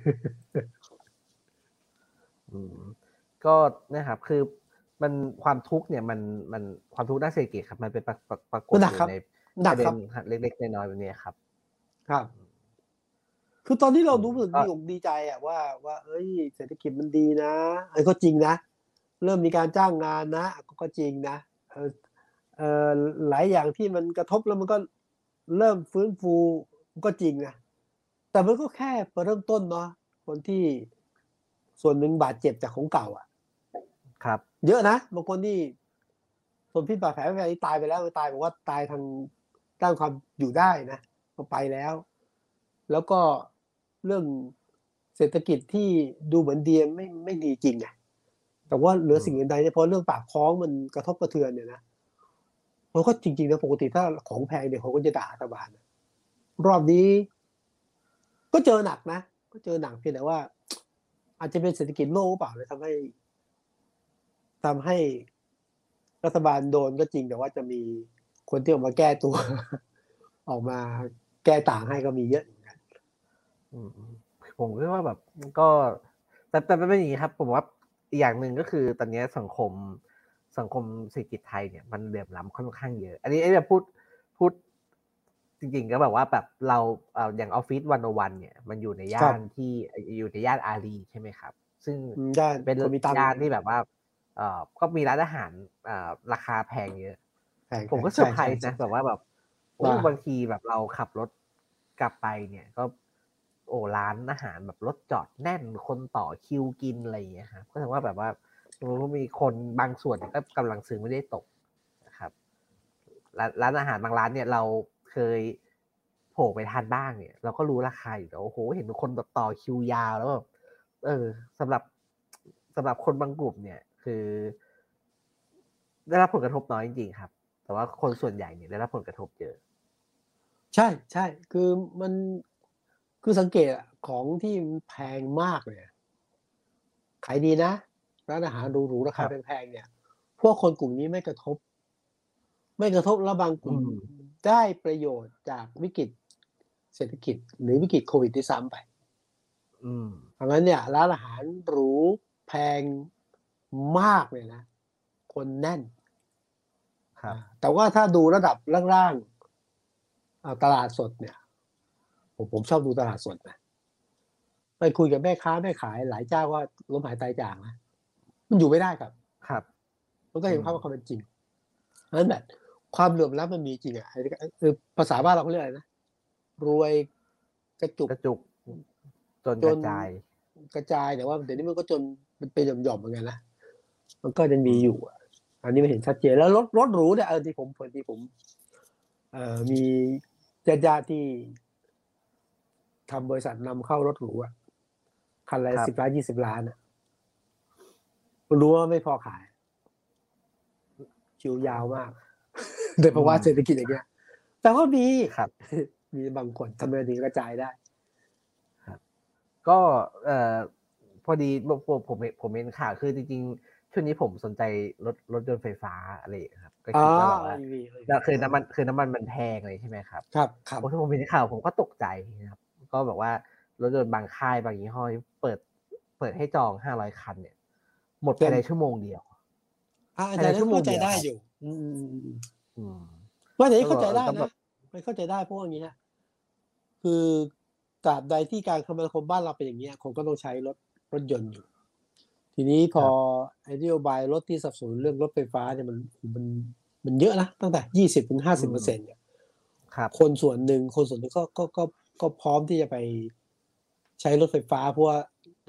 อืมก็นะครับคือมันความทุกข์เนี่ยมันมันความทุกข์ด้านเศรษฐกิจครับมันเป็นปรากฏปรากฏหอนักครัยู่บในหนัปกระเด็ครันบเล็กๆน้อยๆแบบนี้ครับครับ คือตอนที่เราอืมรู้สึกก็ดีอกดีใจอะว่าว่าเอ้ยเศรษฐกิจมันดีนะเออก็จริงนะ เริ่มมีการจ้างงานนะก็ก็จริงนะเออเออหลายอย่างที่มันกระทบแล้วมันก็เริ่มฟื้นฟูก็จริงนะแต่มันก็แค่เริ่มต้นเนาะคนที่ส่วนหนึ่งบาดเจ็บจากของเก่าอ่ะครับเยอะนะบางคนที่ทนพิษบาดแผลไม่ไหวตายไปแล้วตายบอกว่าตายทางด้านความอยู่ได้นะก็ไปแล้ว แล้วก็เรื่องเศรษฐกิจที่ดูเหมือนดีไม่ไม่ดีจริงไงแต่ว่าเหลือสิ่งอื่นใดเนี่ยเพราะเรื่องปากท้องมันกระทบกระเทือนเนี่ยนะมันก็จริงๆนะปกติถ้าของแพงเนี่ยเขาก็จะด่ารัฐบาลนะรอบนี้ ก็เจอหนักนะ ก็เจอหนักเพียงแต่ว่า อาจจะเป็นเศรษฐกิจโลกหรือเปล่าเลยทำให้ทำให้รัฐบาลโดนก็จริงแต่ว่าจะมีคนที่ออกมาแก้ตัว ออกมาแก้ต่างให้ก็มีเยอะเหมือนกันอืมผมคิดว่าแบบก็แต่แต่ไม่เป็นอย่างนี้ครับ ผมว่าอีกอย่างหนึ่งก็คือตอนนี้สังคมสังคมเศรษฐกิจไทยเนี่ยมันเหลื่อมล้ำค่อนข้างเยอะ อันนี้ไอ้แบบพูดพูดจริงๆก็แบบว่าแบบเราเอ่ออย่างออฟฟิศวันโอวันเนี่ยมันอยู่ในย่านที่อยู่ในย่านอารีใช่ไหมครับ ซึ่งอืมย่านเป็นคนมีตังค์ย่านที่แบบว่าเอ่อก็มีร้านอาหารเอ่อราคาแพงเยอะแพงผมก็ใช่เซอร์ไพรใช่ส์ใช่นะแบบว่าแบบโอ้ว่าบางทีแบบเราขับรถกลับไปเนี่ยก็ โอ้ร้านอาหารแบบรถจอดแน่นคนต่อคิวกินอะไรอย่างเงี้ยครับก็แสดงว่าแบบว่ามันมีคนบางส่วนก็กำลังซื้อไม่ได้ตกนะครับร้านร้านอาหารบางร้านเนี่ยเราเคยโผล่ไปทานบ้างเนี่ยเราก็รู้ราคาอยู่แล้วโอ้โหเห็นคนแบบต่อคิวยาวแล้วแบบเออสำหรับสำหรับคนบางกลุ่มเนี่ยคือได้รับผลกระทบน้อยจริงๆครับแต่ว่าคนส่วนใหญ่เนี่ยได้รับผลกระทบเยอะใช่ใช่คือมันคือสังเกตอะของที่แพงมากเลยขายดีนะร้านอาหารหรูๆราคาแพงๆเนี่ย พวกคนกลุ่มนี้ไม่กระทบ ไม่กระทบแล้วบางกลุ่มได้ประโยชน์จากวิกฤตเศรษฐกิจหรือวิกฤตโควิดที่ซ้ำไปเพราะงั้นเนี่ยร้านอาหารหรูแพงมากเลยนะ คนแน่นแต่ว่าถ้าดูระดับล่างๆตลาดสดเนี่ย ผมผมชอบดูตลาดสดนะไปคุยกับแม่ค้าแม่ขายหลายเจ้าว่าล้มหายตายจากนะมันอยู่ไม่ได้ครับครับมันก็เห็นภาพว่าความเป็นจริงเพราะฉะนั้นแบบความเหลื่อมล้ำมันมีจริงอ่ะคือภาษาบ้านเราเขาเรียกอะไรนะรวยกระจุกกระจุกจนกระจายกระจายแต่ว่าเดี๋ยวนี้มันก็จนมันเป็นหย่อมๆเหมือนกันนะมันก็จะมีอยู่อ่ะอันนี้มันเห็นชัดเจนแล้วรถรถหรูเนี่ยเออที่ผมเผยที่ผม เอ่อมีญาติๆที่ทำบริษัทนำเข้ารถหรูอ่ะคันละสิบล้านยี่สิบล้านอ่ะรู้ว่าไม่พอขายคิวยาวมากโดยเพราะว่าเศรษฐกิจอย่างเงี้ยแต่ว่ามีมีบางคนทำไมถึงกระจายได้ครับก็เอ่อพอดีผมผมผมเห็นข่าวคือจริงๆช่วงนี้ผมสนใจรถรถยนต์ไฟฟ้าอะไรครับก็คิดว่าแบบว่าคือน้ำมันคือน้ำมันมันแพงเลยใช่ไหมครับครับครับผมเห็นข่าวผมก็ตกใจนะครับก็แบบว่ารถยนต์บางค่ายบางยี่ห้อเปิดเปิดให้จองห้าร้อยคันเนี่ยหมดภายในชั่วโมงเดียวภายในชั่วโมงเดียวเข้าใจได้อยู่อืมว่าแต่นี้เข้าใจได้นะไม่เข้าใจได้เพราะอย่างนี้ฮะคือตราบใดที่การคมนาคมบ้านเราเป็นอย่างนี้คงก็ต้องใช้รถรถยนต์อยู่ทีนี้พอไอ้นโยบายรถที่สนับสนุนเรื่องรถไฟฟ้าเนี่ยมันมันมันเยอะนะตั้งแต่ยี่สิบถึงห้าสิบเปอร์เซ็นต์เนี่ยคนส่วนหนึ่งคนส่วนหนึ่งก็ก็ก็ก็พร้อมที่จะไปใช้รถไฟฟ้าเพราะว่า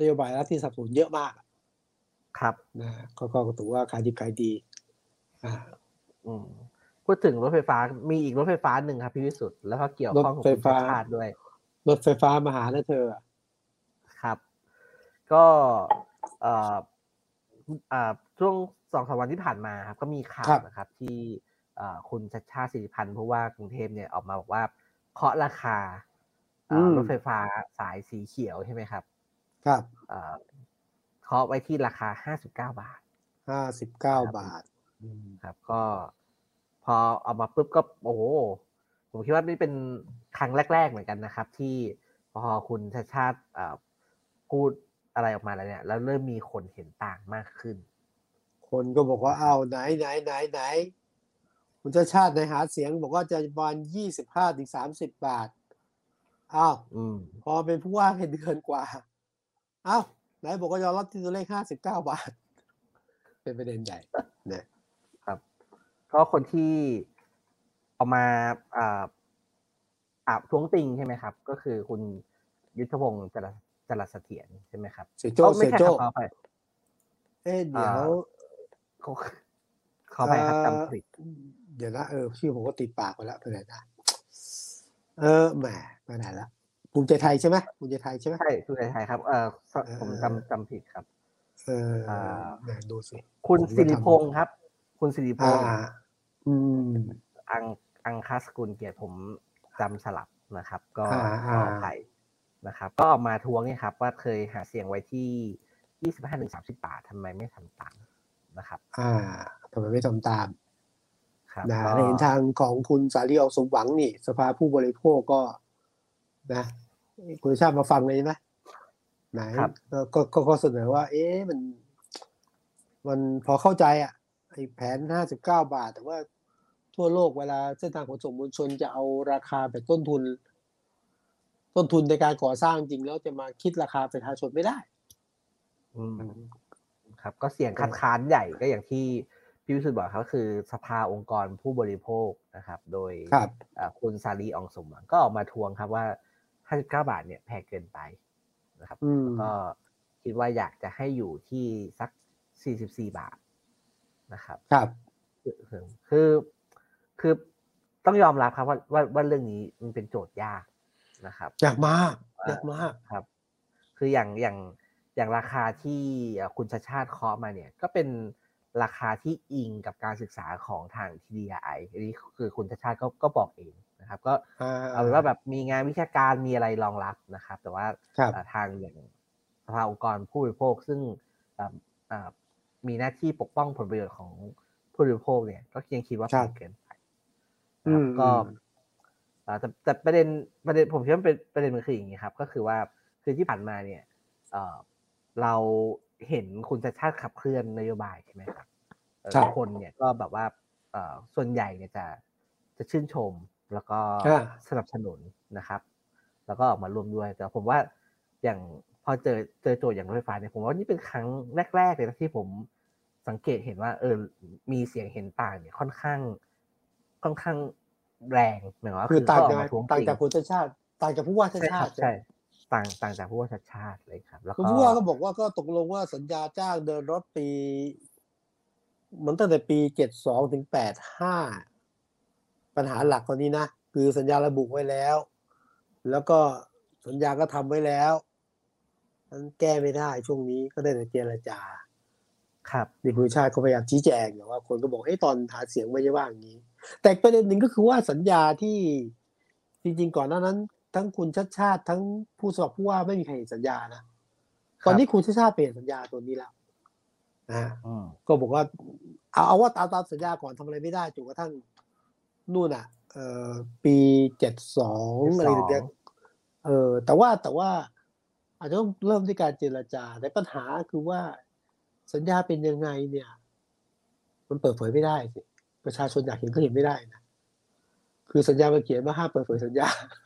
นโยบายรัฐที่สนับสนุนเยอะมากครับนะ ก็ ก็ถือว่าขายดิบขายดี อาอืม พูดถึงรถไฟฟ้า มีอีกรถไฟฟ้าหนึ่งครับพี่วิสุทธิ์ แล้วก็เกี่ยวข้องกับคุณชัชชาติด้วยรถไฟฟ้ามาหานะเธออะครับ ก็ เอ่อ อ อ่า ช่วง สองสาม วันที่ผ่านมาครับ ก็มีข่าวนะครับที่ อ่า คุณชัชชาติ สิทธิพันธ์ ผู้ว่ากรุงเทพเนี่ย ออกมาบอกว่าเคาะราคาออ่ืามรถไฟฟ้าสายสีเขียวใช่ไหมครับ? ครับอ่า เคาะไว้ที่ราคา ห้าสิบเก้า บาทห้าสิบเก้าครับบาท อืมครับ ก็พอออกมาปุ๊บก็ โอ้โฮ ผมคิดว่านี่เป็นครั้งแรก ๆ เหมือนกันนะครับ ที่พอคุณชัชชาติ อ่า พูดอะไรออกมาแล้วเนี่ย แล้วเริ่มมีคนเห็นต่างมากขึ้นคนก็บอกว่านะค "อ้รัาบว ไหน ๆ ๆ ๆ คุณชัชชาติไหนหาเสียงบอกว่าจะประมาณ ยี่สิบห้าถึงสามสิบ บาท" อ้าวอืมพอเป็นผู้ว่าแค่เดือนกว่า อ้าว ไหนบอกว่ายอมรับที่ตัวเลข ห้าสิบเก้า บาท เป็นประเด็นใหญ่นะครับ ก็คนที่ออกมา อ่า อ่า ท้วงติงใช่ไหมครับ ก็คือคุณยุทธพงศ์ จรัส จรัสเสถียรใช่ไหมครับ? เสียโโจอ๊้ยเไสม่ียใช่โจ้ครับ ขออภัยเอ๊ะ เอ่ดี๋ยวา ข ขอเออ่ภัยครับ จอำผิดอืม เดี๋ยวนะ เออ ชื่อผมก็ติดปากไปแล้ว ไปไหนนะ เออ แหม ไปไหนแล้ว ภูมิใจไทยใช่ไหม? ภูมิใจไทยใช่ไหม? ใช่ ภูมิใจไทยครับ เอ่อ สเอผมจอำ จำผิดครับเออ่อาไหนดูสิคุณสผมก็ิริทพงษ์ครับ คุณสิริำพอางษ์ๆ อืมอัง อังคสกุลเกียรติ ผมจำสลับนะครับ ก็อขอาอภัยๆนะครับ ก็ออกมาท้วงเนี่ยครับว่า เคยหาเสียงไว้ที่ ยี่สิบห้าถึงสามสิบ บาท ทำไมไม่ทำตามนะครับอา ทำไมไม่ทำตาม? ครับนะก็ในทางของคุณสาลี อ สมหวังนี่ สภาผู้บริโภคก็ นะ คุณชัชชาติมาฟังเลยใช่ไหม? ไหนครับก็ ก็ ก็ข้อเสนอว่า เอ๊ะ มัน มันพอเข้าใจอะ ไอ้แผน ห้าสิบเก้า บาท แต่ว่าทั่วโลกเวลาเส้นทางขนส่งมวลชนจะเอาราคาแบบต้นทุน ต้นทุนในการก่อสร้างจริง แล้วจะมาคิดราคาประชาชนไม่ได้อืมอืมครับ ก็เสียงกค็ัดค้านใหญ่ ก็อย่างที่พี่วิสุทธิ์บอกครับ ก็คือสภาองค์กรผู้บริโภคนะครับ โดยครับอ่า คุณสาลี อ สมหวัง ก็ออกมาท้วงครับว่า ห้าสิบเก้า บาทเนี่ยแพงเกินไปนะครับอืแล้วก็มคิดว่าอยากจะให้อยู่ที่สัก สี่สิบสี่ บาทนะครับครับคือ คือ คือ คือต้องยอมรับครับว่า ว่า ว่าเรื่องนี้มันเป็นโจทย์ยากนะครับยากมากอยาากมากครับ คืออย่าง อย่าง อย่างราคาที่ อ่า คุณชัชชาติเคาะมาเนี่ย ก็เป็นราคาที่อิงกับการศึกษาของทาง ที ดี อาร์ ไอ อันนี้คือคุณชัชชาติก็ ก็บอกเองนะครับ ก็อเอาเป็นว่าแบาบมีงานวิชาการมีอะไรรองรับนะครับ แต่ว่าครับอ่า ทางอย่างสภาองค์กรผู้บริโภค ซึ่ง อ่า อ่า มีหน้าที่ปกป้องผลประโยชน์ของผู้บริโภคเนี่ย ก็ยังคิดว่าคแพรับงเกินไปนอะืครับ ก็ม ๆอ่า แต่ แต่ประเด็น ประเด็น ผมคิดว่ามันเป็น ประเด็นมันคืออย่างงี้ครับ ก็คือว่า คือที่ผ่านมาเนี่ย เอ่อ เราเห็นคุณชัชชาติขับเคลื่อนนโยบายใช่ไหมครับ เอ่อครับคนเนี่ยก็แบบว่า เอ่อ ส่วนใหญ่เนี่ยจะ จะชื่นชม แล้วก็อาสนับสนุนนะครับ แล้วก็ออกมาร่วมด้วย แต่ผมว่าอย่างพอเจอ เจอโจทย์อย่างรถไฟฟ้าเนี่ย ผมว่านี่เป็นครั้งแรก ๆ เลยนะที่ผมสังเกตเห็นว่า เออ มีเสียงเห็นต่างเนี่ยค่อนข้าง ค่อนข้างแรง หมายความว่คาืคอือตเ่ขางาอจอากกมาท้วงต่างติงจากคุณชัชชาติ ต่างจากผู้ว่าชัใชช่ชคารตับิใชใ่ชไ่หม? ต่าง ต่างจากผู้ว่าชัชชาติเลยครับ แล้วคือก็ผู้ว่าก็บอกว่า ก็ตกลงว่าสัญญาจ้างเดินรถปี มันตั้งแต่ปี เจ็ดสอง ถึง แปดห้า ปัญหาหลักตอนนี้นะ คือสัญญาระบุไว้แล้ว แล้วก็สัญญาก็ทำไว้แล้ว มันแก้ไม่ได้ช่วงนี้ ก็ได้แต่เจรจาครับนี่คุณชัชชาติก็พยายามชี้แจง แต่ว่าคนก็บอก เอ๊ะ ตอนหาเสียงไม่ได้ว่าอย่างงี้ แต่อีกประเด็นหนึ่งก็คือว่าสัญญาที่ จริง ๆ ก่อนหน้านั้น ทั้งคุณชัชชาติ ทั้งผู้สมัครผู้ว่าไม่มีใครเห็นสัญญานะ ตอนนี้คุณชัชชาติไปเห็นสัญญาตัวนี้แล้ว อาอืมก็บอกว่า เอา เอาว่าตาม ตามสัญญาก่อน ทำอะไรไม่ได้จนกระทั่งนู่นน่ะ เอ่อ ปี เจ็ดสอง อะไรถึงจะ เออ แต่ว่า แต่ว่าอาจจะต้องเริ่มด้วยการเจรจา แต่ปัญหาคือว่าสัญญาเป็นยังไงเนี่ย มันเปิดเผยไม่ได้สิ ประชาชนอยากเห็นก็เห็นไม่ได้นะ คือสัญญามันเขียนว่าห้ามเปิดเผยสัญญา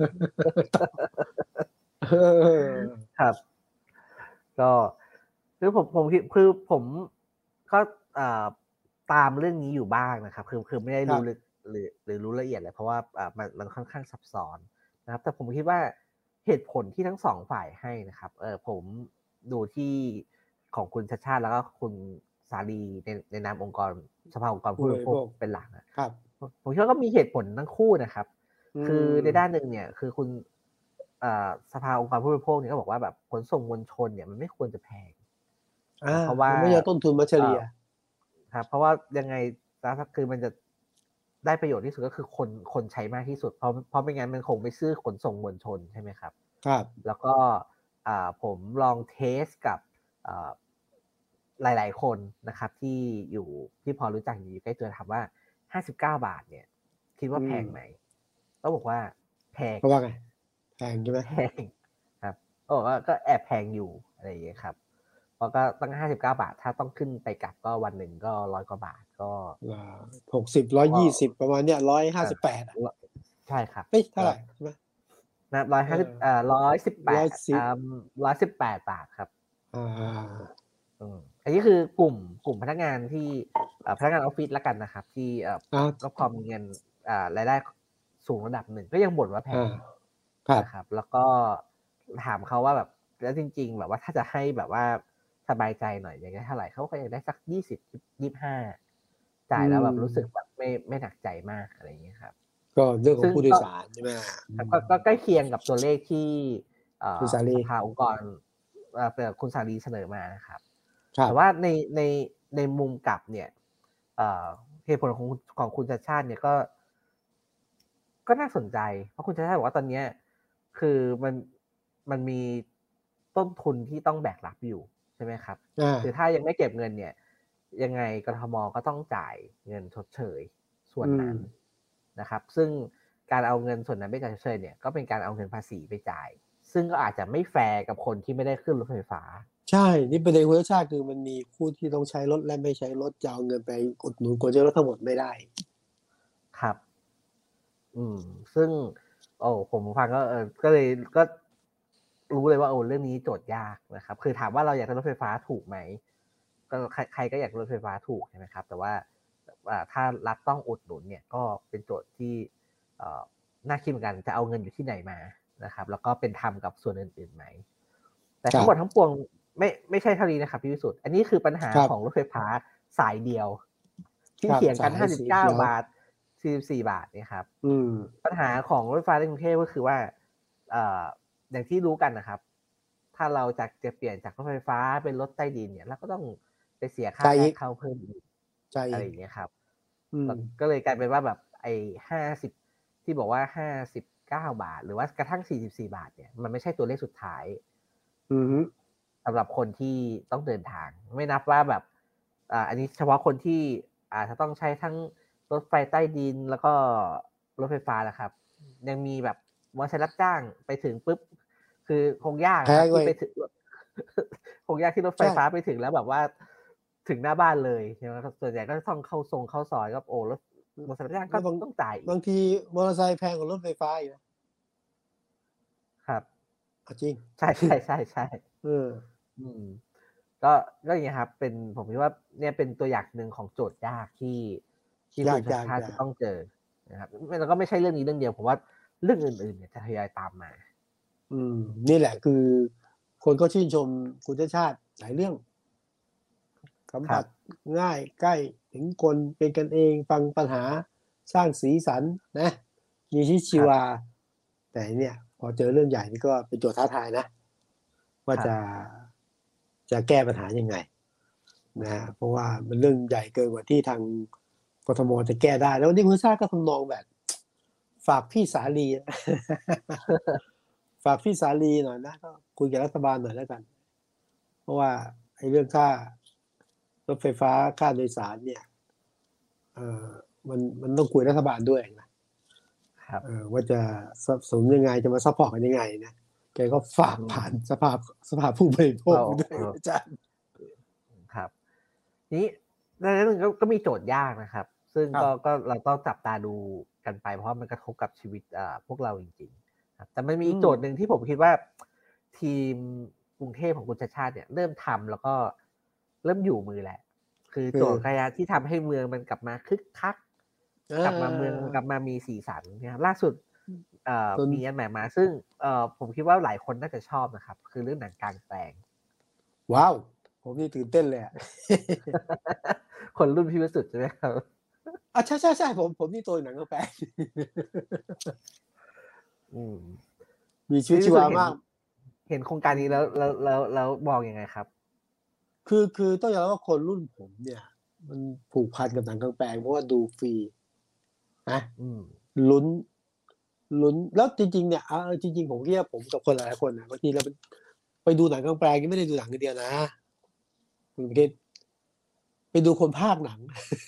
เออครับ ก็ คือผม ผมคิด คือผมก็ อ่า ตามเรื่องนี้อยู่บ้างนะครับ คือ คือไม่ได้รครู้ับลึก หรือ หรือรู้ละเอียดเลย เพราะว่า อ่า มัน มันค่อนข้างซับซ้อนนะครับ แต่ผมคิดว่าเหตุผลที่ทั้ง สอง ฝ่ายให้นะครับ เอ่อ ผมดูที่ของคุณชัชชาติแล้วก็คุณสาลีในในนามองค์กรสภาองค์กรผู้บริโภคเป็นหลักนะครับผมคิดว่าก็มีเหตุผลทั้งคู่นะครับคือในด้านหนึ่งเนี่ยคือคุณสภาองค์กรผู้บริโภคเนี่ยก็บอกว่าแบบขนส่งมวลชนเนี่ยมันไม่ควรจะแพงเพราะว่าไม่ใช่ต้นทุนมาเฉลี่ยครับเพราะว่ายังไงคือมันจะได้ประโยชน์ที่สุดก็คือคนคนใช้มากที่สุดเพราะเพราะไม่งั้นมันคงไม่ซื้อขนส่งมวลชนใช่ไหมครับครับแล้วก็ผมลองเทสกับหลายๆคนนะครับที่อยู่ที่พอรู้จักอยู่ใกล้ตัวถามว่าห้าสิบเก้าบาทเนี่ยคิดว่าแพงไหมก็บอกว่าแพงเพราะว่าไงแพงใช่ไหมแพงครับก็บอกว่าก็แอบแพงอยู่อะไรอย่างเงี้ยครับเพราะก็ตั้งห้าสิบเก้าบาทถ้าต้องขึ้นไปกลับก็วันหนึ่งก็ร้อยกว่าบาทก็หกสิบ ร้อยยี่สิบประมาณเนี้ยหนึ่งร้อยห้าสิบแปดอ่ะใช่ครับเฮ้ยเท่าไหร่ใช่ไหมนะหนึ่งร้อยห้าสิบเอ่อหนึ่งร้อยสิบแปดอ่าหนึ่งร้อยสิบแปดบาทครับอ่าอันนี้คือกลุ่มกลุ่มพนักงานที่พนักงานออฟฟิศละกันนะครับที่ก็พอมีเงินรายได้สูงระดับหนึ่งก็ยังบ่นว่าแพงนะครับแล้วก็ถามเขาว่าแบบแล้วจริงๆแบบว่าถ้าจะให้แบบว่าสบายใจหน่อยอย่างเงี้ยเท่าไหร่เขาก็อยากได้สักยี่สิบ ยี่สิบห้าจ่ายแล้วแบบรู้สึกแบบไม่ไม่หนักใจมากอะไรอย่างเงี้ยครับก็เรื่องของผู้โดยสารใช่ไหมก็ก็ใกล้เคียงกับตัวเลขที่สภาองค์กรคุณสาลีเสนอมานะครับแต่ว่าในในในมุมกลับเนี่ยเหตุผลของของคุณชัชชาติเนี่ยก็ก็น่าสนใจเพราะคุณชัชชาติบอกว่าตอนนี้คือมันมันมีต้นทุนที่ต้องแบกรับอยู่ใช่ไหมครับคือถ้ายังไม่เก็บเงินเนี่ยยังไงกทม.ก็ต้องจ่ายเงินชดเชยส่วนนั้นนะครับซึ่งการเอาเงินส่วนนั้นไปจ่ายชดเชยเนี่ยก็เป็นการเอาเงินภาษีไปจ่ายซึ่งก็อาจจะไม่แฟร์กับคนที่ไม่ได้ขึ้นรถไฟฟ้าใช่นี่ประเด็นคุณชาติคือมันมีผู้ที่ต้องใช้รถและไม่ใช้รถจะเอาเงินไปอุดหนุนคนใช้รถทั้งหมดไม่ได้ครับอืมซึ่งโอ้ผมฟังก็เออก็เลยก็รู้เลยว่าโอ้เรื่องนี้โจทย์ยากนะครับคือถามว่าเราอยากได้รถไฟฟ้าถูกไหมก็ใครใครก็อยากรถไฟฟ้าถูกใช่ไหมครับแต่ว่าถ้ารัฐต้องอุดหนุนเนี่ยก็เป็นโจทย์ที่น่าคิดเหมือนกันจะเอาเงินอยู่ที่ไหนมานะครับแล้วก็เป็นธรรมกับส่วนอื่นๆไหมแต่ทั้งหมดทั้งปวงไม่ไม่ใช่เท่านี้นะครับพี่วิสุทธิ์อันนี้คือปัญหาของรถไฟฟ้าสายเดียวที่เถียงกันห้าสิบเก้าบาทสี่สิบสี่บาทเนี่ยครับปัญหาของรถไฟฟ้าในกรุงเทพก็คือว่าอย่างที่รู้กันนะครับถ้าเราจะจะเปลี่ยนจากรถไฟฟ้าเป็นรถใต้ดินเนี่ยเราก็ต้องไปเสียค่าแรกเข้าเพิ่มอีกอะไรอย่างเงี้ยครับก็เลยกลายเป็นว่าแบบไอ้ห้าสิบที่บอกว่าห้าสิบเก้าบาทหรือว่ากระทั่งสี่สิบสี่บาทเนี่ยมันไม่ใช่ตัวเลขสุดท้ายสำหรับคนที่ต้องเดินทางไม่นับว่าแบบอ่าอันนี้เฉพาะคนที่อาจจะต้องใช้ทั้งรถไฟใต้ดินแล้วก็รถไฟฟ้านะครับยังมีแบบมอเตอร์ไซค์รับจ้างไปถึงปุ๊บคือคงยากที่ไปถึงคงยากที่รถไฟฟ้าไปถึงแล้วแบบว่าถึงหน้าบ้านเลยใช่ไหมครับส่วนใหญ่ก็ต้องเข้าทรงเข้าซอยก็โอ้รถมอเตอร์ไซค์รับจ้างก็ต้องจ่ายบางทีมอเตอร์ไซค์แพงกว่ารถไฟฟ้าอยู่ครับจริงใช่ใช่ใช่ใช่เอออืมก็ก็อย่างนี้ครับเป็นผมคิดว่าเนี่ยเป็นตัวอย่างหนึ่งของโจทย์ยากที่ที่คุณชัชชาติจะต้องเจอนะครับแล้วก็ไม่ใช่เรื่องนี้เรื่องเดียวผมว่าเรื่องอื่นๆเนี่ยจะทยอยตามมาอืมนี่แหละคือคนก็ชื่นชมคุณชัชชาติหลายเรื่องสัมผัสง่ายใกล้ถึงคนเป็นกันเองฟังปัญหาสร้างสีสันนะมีชีวิตชีวาแต่เนี่ยพอเจอเรื่องใหญ่นี่ก็เป็นโจทย์ท้าทายนะว่าจะจะแก้ปัญหายังไงนะเพราะว่ามันเรื่องใหญ่เกินกว่าที่ทางกทมจะแก้ได้แล้ววันนี้คุณชาติก็ทำนองแบบฝากพี่สาลีฝากพี่สาลีหน่อยนะก็คุยกับรัฐบาลหน่อยแล้วกันเพราะว่าไอ้เรื่องค่ารถไฟฟ้าค่าโดยสารเนี่ยเออมันมันต้องคุยรัฐบาลด้วยนะครับเออว่าจะสนับสนุนยังไงจะมาซัพพอร์ตกันยังไงนะแกก็ฝากผ่านสภาสภาผู้บริโภคด้วยอาจารย์ครับนี้นั้นก็ก็มีโจทย์ยากนะครับซึ่งก็ก็เราต้องจับตาดูกันไปเพราะมันกระทบกับชีวิตอ่าพวกเราจริงๆครับแต่มันมีโจทย์หนึ่งที่ผมคิดว่าทีมกรุงเทพของคุณชัชชาติเนี่ยเริ่มทำแล้วก็เริ่มอยู่มือแหละคือโจทย์การที่ทำให้เมืองมันกลับมาคึกคักกลับมาเมืองกลับมามีสีสันนะครับล่าสุดมีอันใหม่มาซึ่งผมคิดว่าหลายคนน่าจะชอบนะครับคือเรื่องหนังกลางแปลงว้าวผมนี่ตื่นเต้นเลยอะคนรุ่นพี่วิสุทธ์ใช่ไหมครับอ่ะใช่ใช่ใช่ผมผมนี่ตัวหนังกาแฟอืมมีชีวิตพี่วิสุทธ์เห็นชีวามากเห็นโครงการนี้แล้วแล้วแล้วแล้วมองยังไงครับคือคือต้องยอมรับว่าคนรุ่นผมเนี่ย มันผูกพันกับหนังกลางแปลงเพราะว่าดูฟรีนะอืมลุ้นลุ้นแล้วจริงๆเนี่ยเอาจริงๆผมคิดว่าผมกับคนหลายๆคนนะบางทีเราไปดูหนังกลางแปลงไม่ได้ดูหนังอย่างเดียวนะคุณประเทศไปดูคนพากย์หนัง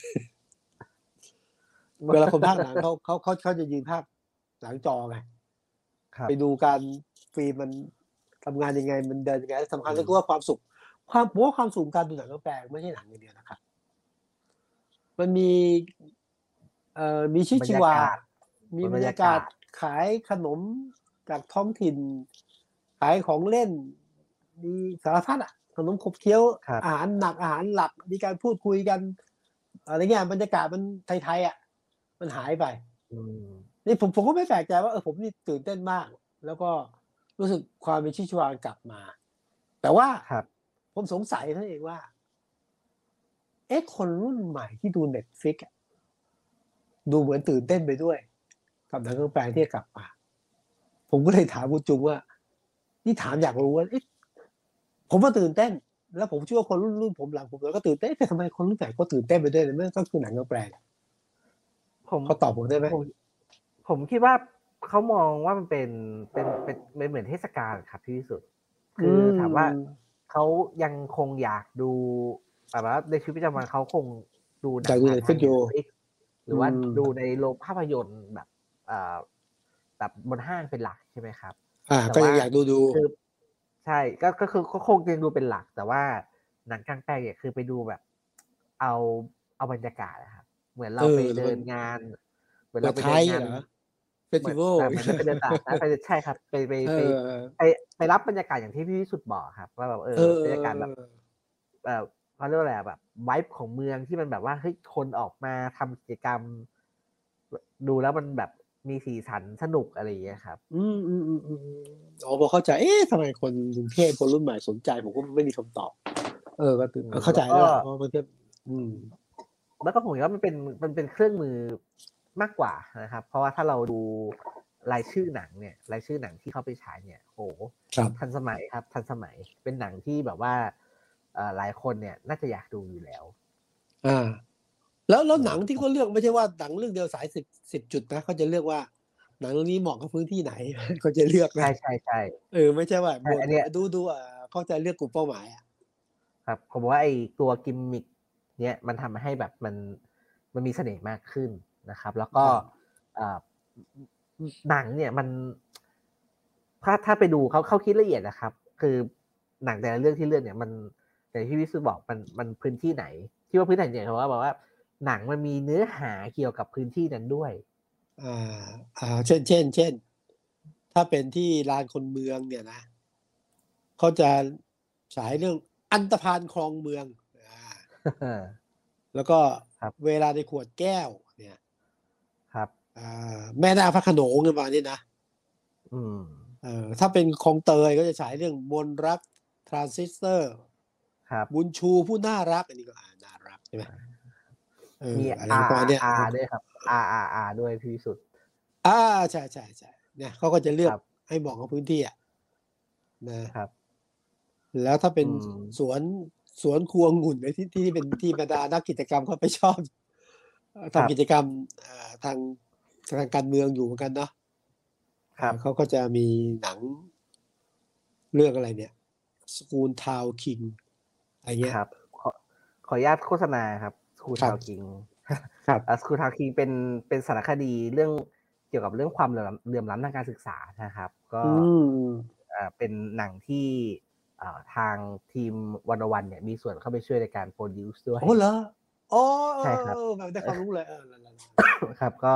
เวลาคนพากย์หนังเขาเขาเขาเขาจะยืนพากย์หลังจอไงครับไปดูการฟิล์มมันทำงานยังไงมันเดินยังไงสำคัญอืมก็คือว่าความสุขความผมว่าความสุขการดูหนังกลางแปลงไม่ใช่หนังอย่างเดียวนะครับมันมีเอ่อมีชีวิตบรรชีวายากาศมีบบรรรยากาศรยากาศขายขนมจากท้องถิ่นขายของเล่นมีสารพัดอ่ะขนมขบเคี้ยวครับอาหารหนักอาหารหลักมีการพูดคุยกันอะไรเงี้ยบรรยากาศมันไทยๆอ่ะมันหายไปอืมนี่ผมผมก็ไม่แปลกใจว่าเออผมนี่ตื่นเต้นมาก แล้วก็รู้สึกความมีชีวิตชีวากลับมา แต่ว่าครับผมสงสัยนั่นเองว่าเอ๊ะคนรุ่นใหม่ที่ดู Netflix อะดูเหมือนตื่นเต้นไปด้วยกับหนังกลางแปลงที่จะกลับมา ผมก็เลยถามคุณจุงว่า นี่ถามอยากรู้ว่าเอ๊ะผมว่าตื่นเต้น แล้วผมเชื่อว่าคนรุ่นรุ่นผมหลังผมก็ตื่นเต้นแต่ทำไมคนรุ่นใหม่ก็ตื่นเต้นไปด้วยเนี่ยมันก็คือหนังกลางแปลงผมเขาตอบผมได้ไหมผมผมคิดว่าเขามองว่ามันเป็นเป็นเป็นเป็นเหมือนเทศกาลครับพี่วิสุทธ์คือถามว่าเขายังคงอยากดูแบบว่าในชีวิตประจำวันเขาคงดูหนัจากดูงผ่านทาง Netflix อยู่ Netflix หรือว่าอืมดูในโรงภาพยนตร์แบบเอ่อแบบบนห้างเป็นหลักใช่ไหมครับอ่าแต่ว่าก็ยังอยากดูดูคือใช่ก็ก็คือก็คงยังดูเป็นหลัก แต่ว่าหนังกลางแปลงเนี่ยคือไปดูแบบเอาเอาบรรยากาศนะครับเหมือนเอเราไปอมันเดินงานเหมือนเปิเราดท้ายไปเดินงานเหรอเฟสเหมือนติวัลเอ่อเหมือนไปเดินตลาดนัดไปใช่ครับไปไปเอไปอไปไปรับบรรยากาศอย่างที่พี่วิสุทธ์บอกครับว่าแบบเอเออบรรยากาศแบบอเอ่อเขาเรียกว่าอะไรแบบไวบ์ของเมืองที่มันแบบว่าเฮ้ยคนออกมาทำกิจกรรมดูแล้วมันแบบมีสีสันสนุกอะไรอย่างเงี้ยครับอืมอืมอืมอืมอ๋อพอเข้าใจเอ๊ะทำไมคนกรุงเทพคนรุ่นใหม่สนใจผมก็ไม่มีคำตอบเออก็ตื่นอืเออเข้าใจมแล้วก็แล้วล่ะเพราะมันก็อืมแล้วก็ผมคิดว่ามันเป็นมันเป็นเครื่องมือมากกว่านะครับเพราะว่าถ้าเราดูรายชื่อหนังเนี่ยรายชื่อหนังที่เขาไปฉายเนี่ยโหครับทันสมัยครับทันสมัยเป็นหนังที่แบบว่าหลายคนเนี่ยน่าจะอยากดูอยู่แล้วอ่าแล้วแล้วอืหนังที่เขามเลือกไม่ใช่ว่าหนังเรื่องเดียวสายสิบสิบจุดนะเขาจะเลือกว่าหนังเรื่องนี้เหมาะกับพื้นที่ไหน เขาจะเลือกนะใช่ใช่ใช่เออไม่ใช่ว่าหมดอันเนี้ยดูดูอ่ะเข้าใจเลือกกลุ่มเป้าหมายอ่ะครับผมว่าไอ้ตัวกิมมิคเนี่ยมันทำให้แบบมันมันมีเสน่ห์มากขึ้นนะครับแล้วก็ครับหนังเนี่ยมัน ถ้าถ้าไปดูเขาเขาคิดละเอียดนะครับ คือหนังแต่ละเรื่องที่เลือกเนี่ยมันอย่างที่วิสุบอกมันมันพื้นที่ไหนที่ว่าพื้นที่ไหนเนี่ยเขาว่าบอกว่าหนังมันมีเนื้อหาเกี่ยวกับพื้นที่นั้นด้วยอ่าอ่าเช่นเช่นเช่นถ้าเป็นที่ลานคนเมืองเนี่ยนะ เขาจะฉายเรื่องอันธพาลคลองเมืองอ่าแล้วก็ครับเวลาในขวดแก้วเนี่ยครับอ่าแม่นาคพระโขนงกันมานี่นะอืมเออถ้าเป็นคลองเตยก็จะฉายเรื่องมนรักทรานซิสเตอร์ครับบุญชูผู้น่ารักอันนี้ก็อ่าน่ารักใช่ไหมเอมีออะไรประมาณ R เนี้ย R R ด้วยครับ R R R ด้วยพี่วิสุทธ์อ่าใช่ใช่ใช่เนี่ยเขาก็จะเลือกครับให้เหมาะกับพื้นที่อ่ะนะครับแล้วถ้าเป็นอืมสวนสวนครัวองุ่นในที่ที่เป็นที่บรรดานักกิจกรรมเขาไปชอบครัทำกิจบกรรมทางทางการเมืองอยู่เหมือนกันเนาะครับเขาก็จะมีหนังเรื่องอะไรเนี่ยสกูลทาวคิงอะไรเงี้ยครับขอขออนุญาตโฆษณาครับสกูครับทาวคิงครับสกูทาวคิงเป็นเป็นสารคดีเรื่องเกี่ยวกับเรื่องความเหลื่อมเหลื่อมล้ำทางการศึกษานะครับก็อืมเป็นหนังที่ทางทีมวันวันเนี่ยมีส่วนเข้าไปช่วยในการโปรดิวซ์ด้วยโอ้เหรออ๋อเอใช่ครับอแบบได้ความรู้เลยเออครับก็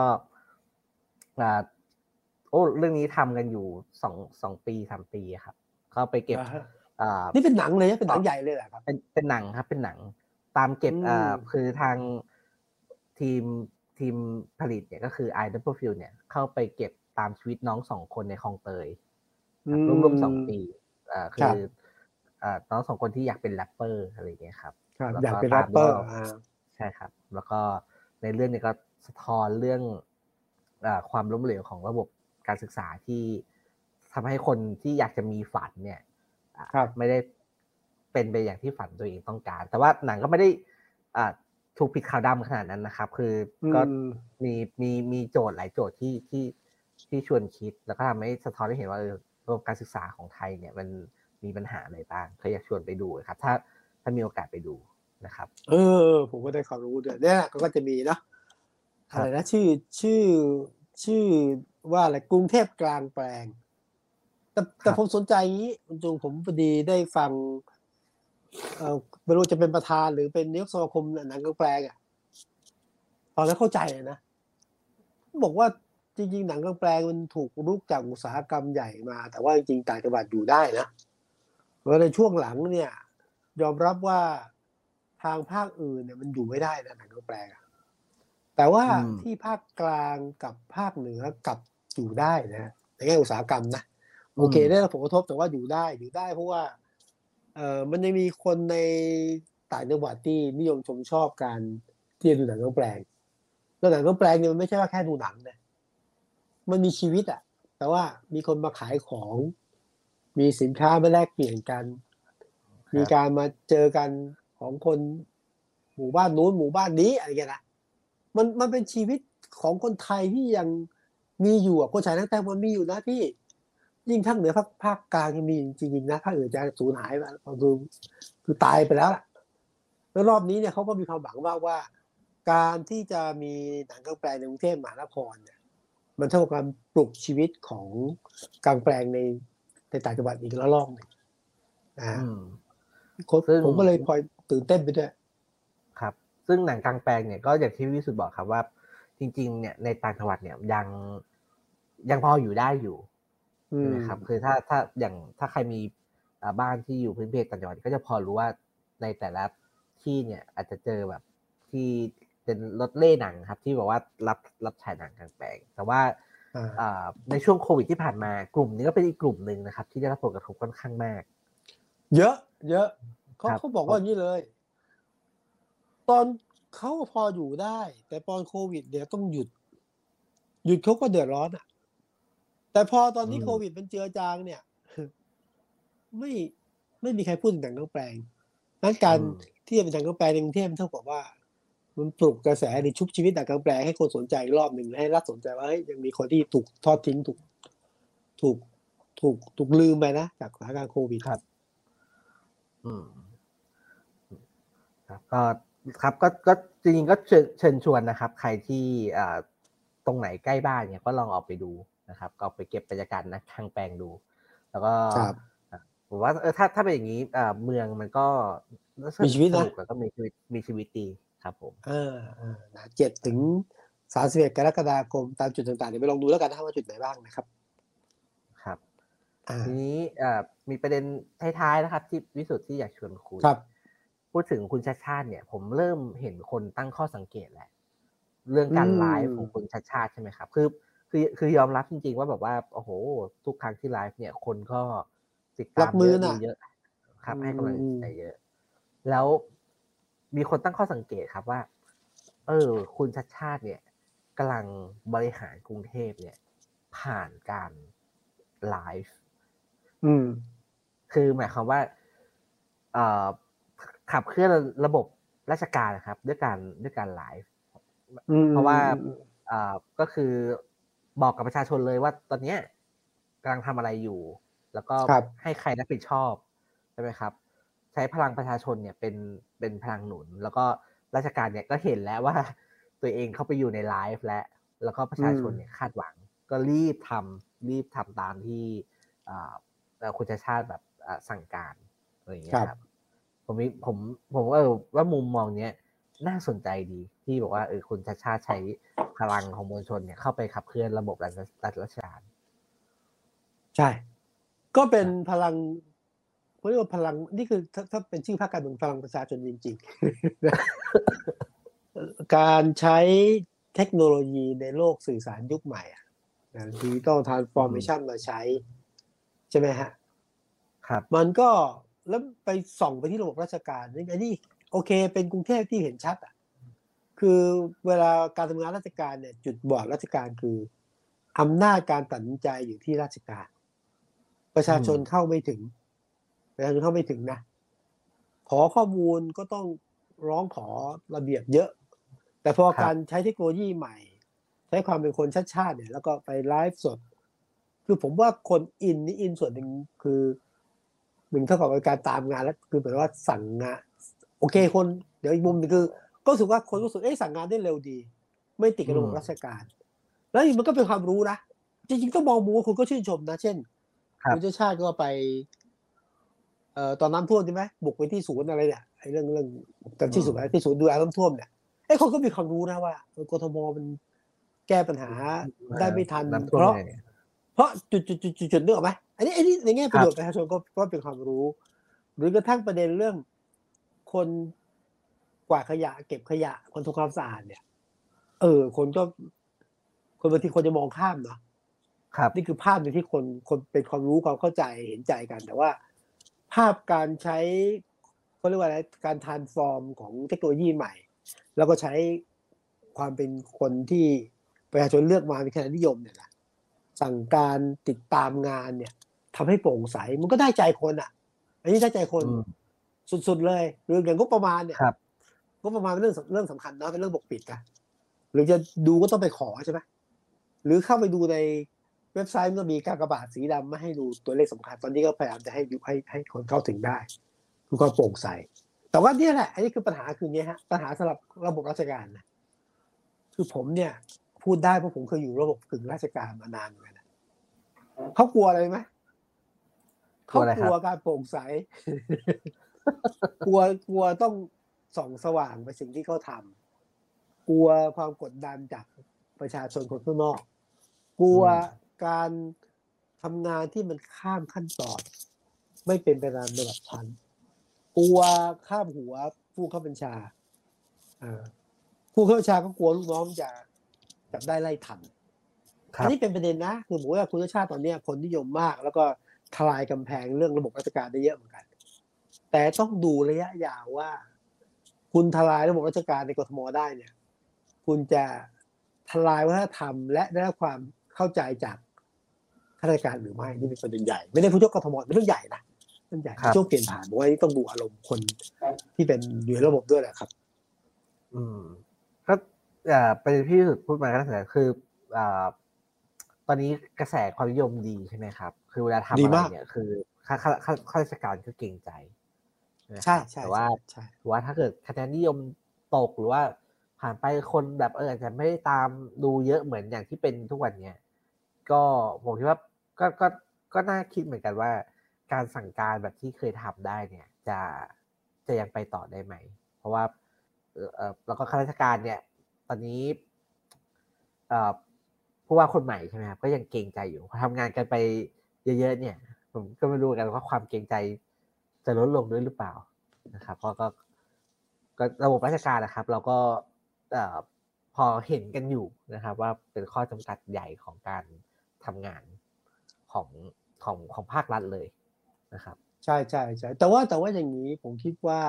โอ้เรื่องนี้ทำกันอยู่สองสองปีสามปีครับก็ไปเก็บนี่เป็นหนังเลยเป็นหนังใหญ่เลยแหละครับเป็นเป็นหนังครับเป็นหนังตามเก็บอ่าคือทางทีมทีมผลิตเนี่ยก็คือ ไอ ดับเบิลยู Film เนี่ยเข้าไปเก็บตามชีวิตน้องสองคนในคลองเตยครับร่วมๆสองปีอ่าคือครับอ่าน้องสองคนที่อยากเป็นแรปเปอร์อะไรอย่างเงี้ยครับอยากเป็นแรปเปอร์อ่าใช่ครับแล้วก็ในเรื่องนี้ก็สะท้อนเรื่องอ่าความล้มเหลวของระบบการศึกษาที่ทำให้คนที่อยากจะมีฝันเนี่ยไม่ได้เป็นไปอย่างที่ฝันตัวเองต้องการแต่ว่าหนังก็ไม่ได้อ่าถูกผิดขาวดำขนาดนั้นนะครับคือก็มีมีมีโจทย์หลายโจทย์ที่ที่ที่ชวนคิดแล้วก็ทำให้สะท้อนให้เห็นว่าระบบการศึกษาของไทยเนี่ยมันมีปัญหาอะไรบ้างก็อยากชวนไปดูครับถ้าถ้ามีโอกาสไปดูนะครับเออผมก็ได้ความรู้ด้วยเนี่ยก็จะมีนะอะไรนะชื่อชื่อชื่อว่าอะไรกรุงเทพกลางแปลงแต่แต่ผมสนใจอย่างนี้คุณจงผมพอดีได้ฟังเออไม่รู้จะเป็นประธานหรือเป็นนายกสมาคมหนังกลางแปลงอ่ะตอนนั้นเข้าใจนะบอกว่าจริงๆหนังกลางแปลงมันถูกรุกจากอุตสาหกรรมใหญ่มาแต่ว่าจริงๆต่างจังหวัดอยู่ได้นะเพราะในช่วงหลังเนี่ยยอมรับว่าทางภาคอื่นเนี่ยมันอยู่ไม่ได้นะหนังกลางแปลงแต่ว่าที่ภาคกลางกับภาคเหนือกลับอยู่ได้นะในแง่อุตสาหกรรมนะโอเคได้รับผลกระทบแต่ว่าอยู่ได้อยู่ได้เพราะว่าเออมันยังมีคนในต่างจังหวัดที่นิยมชมชอบการที่จะดูหนังกลางแปลงแล้วหนังกลางแปลงเนี่ยมันไม่ใช่ว่าแค่ดูหนังนะมันมีชีวิตอ่ะแต่ว่ามีคนมาขายของมีสินค้ามาแลกเปลี่ยนกันมีการมาเจอกันของคนหมู่บ้านนู้นหมู่บ้านนี้อะไรอย่างเงี้ยนะมันมันเป็นชีวิตของคนไทยที่ยังมีอยู่อ่ะคนชายทั้งแต่มันมีอยู่นะพี่ยิ่งทั้งเหนือภาคภาคกลางยังมีจริงๆนะภาคอื่นจะสูญหายไปคือคือตายไปแล้วล่ะแล้วรอบนี้เนี่ยเขาก็มีความหวังว่าว่าการที่จะมีหนังกลางแปลงในกรุงเทพมหานครเนี่ยมันเท่ากับการปลุกชีวิตของกลางแปลงในในต่างจังหวัดอีกระลอกหนึ่งนะผมก็เลยพลอยตื่นเต้นไปด้วยครับซึ่งหนังกลางแปลงเนี่ยก็อย่างที่วิสุทธ์บอกครับว่าจริงๆเนี่ยในต่างจังหวัดเนี่ยยังยังพออยู่ได้อยู่ใช่ไหมครับคือถ้าถ้าอย่างถ้าใครมีบ้านที่อยู่พื้นเพต่างจังหวัดก็จะพอรู้ว่าในแต่ละที่เนี่ยอาจจะเจอแบบที่เป็นรถเล่หนังครับที่บอกว่ารับรับฉายหนังกลางแปลงแต่ว่าในช่วงโควิดที่ผ่านมากลุ่มนี้ก็เป็นอีกกลุ่มหนึ่งนะครับที่ได้รับผลกระทบค่อนข้างมากเยอะเยอะเขาเขาบอกว่าอย่างนี้เลยตอนเขาพออยู่ได้แต่ตอนโควิดเดี๋ยวต้องหยุดหยุดเขาก็เดือดร้อนอ่ะแต่พอตอนนี้โควิดมันเจือจางเนี่ยไม่ไม่มีใครพูดถึงหนังกลางแปลงนั้นการที่จะเป็นหนังกลางแปลงในกรุงเทพเท่ากับว่ามันปลุกกระแสในชุบชีวิตหนังกลางแปลงให้คนสนใจรอบหนึ่งให้รัฐสนใจว่าเฮ้ยยังมีคนที่ถูกทอดทิ้งถูกถูกถูกถูกลืมไปนะจากสถานการณ์โควิดครับอืมครับก็ครับก็ก็จริงๆก็เชิญชวนนะครับใครที่อ่าตรงไหนใกล้บ้านเนี่ยก็ลองออกไปดูนะครับก็ไปเก็บบรรยากาศนะทางแปลงดูแล้วก็ผมว่าเออถ้าถ้าเป็นอย่างนี้อ่าเมืองมันก็มีชีวิตนะแล้วก็มีชีวิตมีชีวิตดีครับผมเออนะเจ็ดถึงสามสิบเอ็ดกรกฎาคมตามจุดต่างๆเดี๋ยวไปลองดูแล้วกันนะว่าจุดไหนบ้างนะครับครับทีนี้อ่ามีประเด็นท้ายๆนะครับที่วิสุทธ์ที่อยากชวนคุยพูดถึงคุณชาติชาติเนี่ยผมเริ่มเห็นคนตั้งข้อสังเกตแหละเรื่องการไลฟ์ของคุณชาติชาติใช่ไหมครับคือคือคือยอมรับจริงๆว่าแบบว่าโอ้โหทุกครั้งที่ไลฟ์เนี่ยคนก็ติดตามเยอะดูเยอะครับให้กำลังใจเยอะแล้วมีคนตั้งข้อสังเกตครับว่าเออคุณชาติชาติเนี่ยกำลังบริหารกรุงเทพเนี่ยผ่านการไลฟ์อืมคือหมายความว่าเอ่อขับเคลื่อนระบบราชการนะครับด้วยการด้วยการไลฟ์เพราะว่าอ่าก็คือบอกกับประชาชนเลยว่าตอนนี้กำลังทำอะไรอยู่แล้วก็ให้ใครรับผิดชอบใช่ไหมครับใช้พลังประชาชนเนี่ยเป็นเป็นพลังหนุนแล้วก็ราชการเนี่ยก็เห็นแล้วว่าตัวเองเข้าไปอยู่ในไลฟ์แล้วแล้วก็ประชาชนเนี่ยคาดหวังก็รีบทำรีบทำตามที่คุณชาติชาติแบบสั่งการอะไรอย่างเงี้ยครับผมผมผมว่าว่ามุมมองเนี้ยน่าสนใจดีที่บอกว่าเออคุณชาติชาติใช้พลังของมวลชนเนี่ยเข้าไปขับเคลื่อนระบบราชการใช่ก็เป็นพลังเขาเรียกว่าพลังนี่คือถ้าถ้าเป็นชื่อพรรคการเมืองพลังประชาชนจริงๆการใช้เทคโนโลยีในโลกสื่อสารยุคใหม่อ่ะดิจิตอลทรานส์ฟอร์เมชันมาใช้ใช่ไหมฮะครับมันก็แล้วไปส่องไปที่ระบบราชการนี่อันนี้โอเคเป็นกรุงเทพที่เห็นชัดอ่ะคือเวลาการทำงานราชการเนี่ยจุดบอดราชการคืออำนาจการตัดสินใจอยู่ที่ราชการประชาชนเข้าไม่ถึงประชาชนเข้าไม่ถึงนะขอข้อมูลก็ต้องร้องขอระเบียบเยอะแต่พอการใช้เทคโนโลยีใหม่ใช้ความเป็นคนชาติๆเนี่ยแล้วก็ไปไลฟ์สดคือผมว่าคนอินนี่อินส่วนหนึ่งคือหนึ่งเท่ากับการตามงานแล้วคือหมายว่าสั่งงานโอเคคนเดี๋ยวอีกมุมนึงคือก็รู้สึกว่าคนรู้สึกเอ๊ะสั่งงานได้เร็วดีไม่ติดกับระบบราชการแล้วมันก็เป็นความรู้นะจริงๆต้องมองมุมว่าคุณก็ชื่นชมนะเช่นคุณชาติก็ไปเอ่อตอนน้ำท่วมใช่ไหมบุกไปที่ศูนย์อะไรเนี่ยไอ้เรื่องเรื่องแต่ที่ศูนย์อะไรที่ศูนย์ดูแลน้ำท่วมเนี่ยไอ้คนก็มีความรู้นะว่ากทมมันแก้ปัญหาได้ไม่ทันเพราะเพราะจุดจุดจุดจุดจุดนึกออกไหมอันนี้อันนี้ในแง่ประโยชน์ประชาชนก็ก็เป็นความรู้หรือกระทั่งประเด็นเรื่องคนกวาดขยะเก็บขยะคนทำความสะอาดเนี่ยเออคนก็คนบางทีคนจะมองข้ามเนาะนี่คือภาพหนึ่งที่คนคนเป็นความรู้ความเข้าใจเห็นใจกันแต่ว่าภาพการใช้เขาเรียกว่าอะไรการทรานส์ฟอร์มของเทคโนโลยีใหม่แล้วก็ใช้ความเป็นคนที่ประชาชนเลือกมาเป็นคะแนนนิยมเนี่ยแหละสั่งการติดตามงานเนี่ยทำให้โปร่งใสมันก็ได้ใจคนอ่ะอันนี้ได้ใจคนสุดๆเลยหรืออย่างงบประมาณเนี่ยงบประมาณเป็นเรื่องเรื่องสำคัญนะเป็นเรื่องปกปิดกันหรือจะดูก็ต้องไปขอใช่ไหมหรือเข้าไปดูในเว็บไซต์มันก็มีกากบาทสีดำไม่ให้ดูตัวเลขสำคัญตอนนี้ก็พยายามจะให้ให้ให้คนเข้าถึงได้คือความโปร่งใสแต่ว่านี่แหละอันนี้คือปัญหาคือเนี้ยฮะปัญหาสำหรับระบบราชการนะคือผมเนี่ยพูดได้เพราะผมเคยอยู่ระบบกึ่งราชการมานานเหมือนกันนะเขากลัวอะไรไหมเขากลัวการโปร่งใสกลัวกลัวต้องส่องสว่างไปสิ่งที่เขาทำกลัวความกดดันจากประชาชนคนข้างนอกกลัวการทำงานที่มันข้ามขั้นตอนไม่เป็นไปตามระดับชั้นกลัวข้ามหัวผู้ข้าบัญชาผู้ข้าบัญชาก็กลัวลูกน้องจะจับได้ไล่ทันอันนี้เป็นประเด็นนะคือผมว่าคุณชาติตอนนี้คนนิยมมากแล้วก็ทลายกำแพงเรื่องระบบราชการได้เยอะเหมือนกันแต่ต้องดูระยะยาวว่าคุณทลายระบบราชการในกทมได้เนี่ยคุณจะทลายวัฒนธรรมและได้รับความเข้าใจจากข้าราชการหรือไม่นี่เป็นประเด็นใหญ่ไม่ได้พูดยกกทมเป็นเรื่องใหญ่นะเรื่องใหญ่ช่วงเปลี่ยนผ่านบอกว่าต้องดูอารมณ์คนที่เป็นอยู่ในระบบด้วยแหละครับอืมก็อ่าประเด็นที่พูดมาก็แสดงคืออ่าตอนนี้กระแสความนิยมดีใช่ไหมครับคือเวลาทำอะไรเนี่ยคือข้าข้าข้าข้าราชการก็เกรงใจใช่ใช่แต่ว่าว่าถ้าเกิดคะแนนนิยมตกหรือว่าผ่านไปคนแบบเอออาจจะไม่ได้ตามดูเยอะเหมือนอย่างที่เป็นทุกวันเนี้ยก็ผมคิดว่าก็ก็ก็น่าคิดเหมือนกันว่าการสั่งการแบบที่เคยทำได้เนี่ยจะจะยังไปต่อได้ไหมเพราะว่าเออแล้วก็ข้าราชการเนี่ยตอนนี้เอ่อผู้ว่าคนใหม่ใช่ไหมครับก็ยังเกรงใจอยู่พอทำงานกันไปเยอะๆเนี่ยผมก็ไม่รู้กันว่าความเกรงใจจะลดลงด้วยหรือเปล่านะครับเพราะก็ก็ระบบราชการนะครับเราก็เอ่อพอเห็นกันอยู่นะครับว่าเป็นข้อจำกัดใหญ่ของการทำงานของของของภาครัฐเลยนะครับใช่ใช่ใช่แต่ว่าแต่ว่าอย่างนี้ผมคิดว่า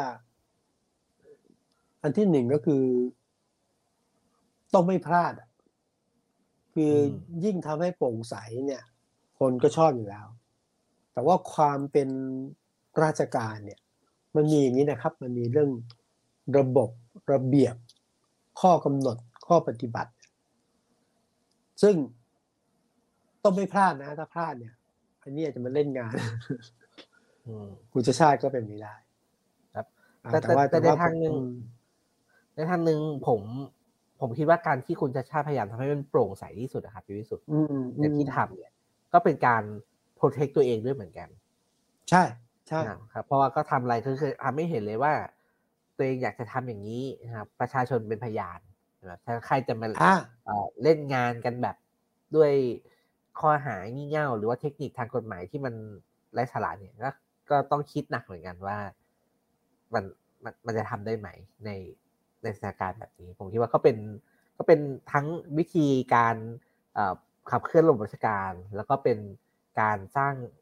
อันที่หนึ่งก็คือต้องไม่พลาดคือยิ่งทำให้โปร่งใสเนี่ยคนก็ชอบอยู่แล้วแต่ว่าความเป็นราชการเนี่ยมันมีอย่างนี้นะครับมันมีเรื่องระบบระเบียบข้อกำหนดข้อปฏิบัติซึ่งต้องไม่พลาดนะถ้าพลาดเนี่ยอันนี้อาจจะมาเล่นงานคุณชาติก็เป็นไม่ได้ครับแต่ว่าแต่ในทางนึงในทางนึงผมผมคิดว่าการที่คุณชาติชาติพยายามทำให้มันโปร่งใสที่สุดนะครับที่สุดในที่ทำเนี่ยก็เป็นการโปรเทคตัวเองด้วยเหมือนกันใช่ใช่ครับเพราะว่าก็ทำอะไรคือคือทำให้เห็นเลยว่าตัวเองอยากจะทำอย่างนี้นะครับประชาชนเป็นพยานนะครับถ้าใครจะมาเล่นงานกันแบบด้วยข้อหางี่เง่าหรือว่าเทคนิคทางกฎหมายที่มันไร้สาระเนี่ยก็ก็ต้องคิดหนักเหมือนกันว่ามันมันมันจะทำได้ไหมในในสถานการณ์แบบนี้ผมคิดว่าก็เป็นก็เป็นทั้งวิธีการขับเคลื่อนระบบราชการแล้วก็เป็นการสร้าง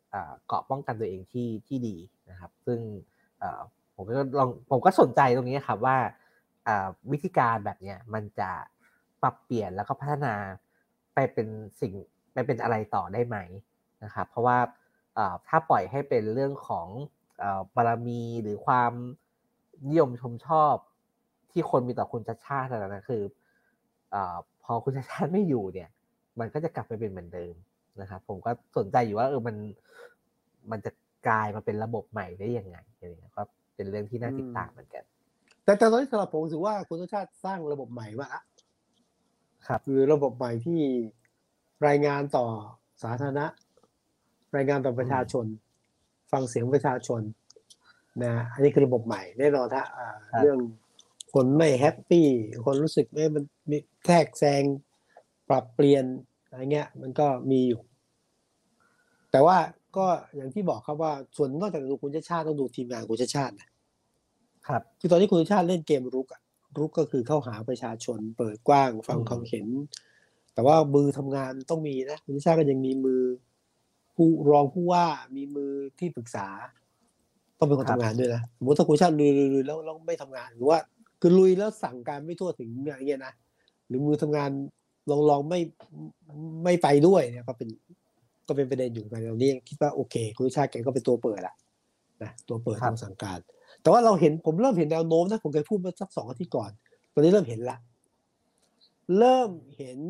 เกราะป้องกันตัวเองที่ที่ดีนะครับซึ่งผมก็ลองผมก็สนใจตรงนี้ครับว่าวิธีการแบบนี้มันจะปรับเปลี่ยนแล้วก็พัฒนาไปเป็นสิ่งไปเป็นอะไรต่อได้ไหมนะครับเพราะว่าถ้าปล่อยให้เป็นเรื่องของบารมีหรือความนิยมชมชอบที่คนมีต่อคุณชัชชาตินะคือพอคุณชัชชาติไม่อยู่เนี่ยมันก็จะกลับไปเป็นเหมือนเดิมนะครับผมก็สนใจอยู่ว่าเออมันมันจะกลายมาเป็นระบบใหม่ได้ยังไงอะไรเงี้ยก็เป็นเรื่องที่น่าติดตามเหมือนกันแต่แต่ตอนนี้สำหรับผมถือว่าคุณชัชชาติสร้างระบบใหม่มาละครับคือระบบใหม่ที่รายงานต่อสาธารณะรายงานต่อประชาชนฟังเสียงประชาชนนะอันนี้คือระบบใหม่แน่นอนถ้าเรื่องคนไม่แฮปปี้คนรู้สึกว่ามันมีแทรกแซงปรับเปลี่ยนอะไรเงี้ยมันก็มีอยู่แต่ว่าก็อย่างที่บอกครับว่าส่วนนอกจากดูคุณชัชชาติต้องดูทีมงานคุณชัชชาตินะครับคือตอนนี้คุณชัชชาติเล่นเกมรุกอะรุกก็คือเข้าหาประชาชนเปิดกว้างฟังความเห็นแต่ว่ามือทำงานต้องมีนะคุณชัชชาติก็ยังมีมือผู้รองผู้ว่ามีมือที่ปรึกษาต้องเป็นคนทำงานด้วยนะสมมติถ้าคุณชัชชาติลุยๆแล้วแล้วไม่ทำงานหรือว่าคือลุยแล้วสั่งการไม่ทั่วถึงอย่างเงี้ยนะหรือมือทำงานลองลองไม่ไม่ไปด้วยเนี่ยก็เป็นก็เป็นประเด็นอยู่กันตอนนี้คิดว่าโอเคคุณชัชชาติแกก็เป็นตัวเปิดละนะตัวเปิดต้องสั่งการแต่ว่าเราเห็นผมเริ่มเห็นแนวโน้มนะผมเคยพูดมาสักสองอาทิตย์ก่อนตอนนี้เริ่มเห็นละเริ่มเห็น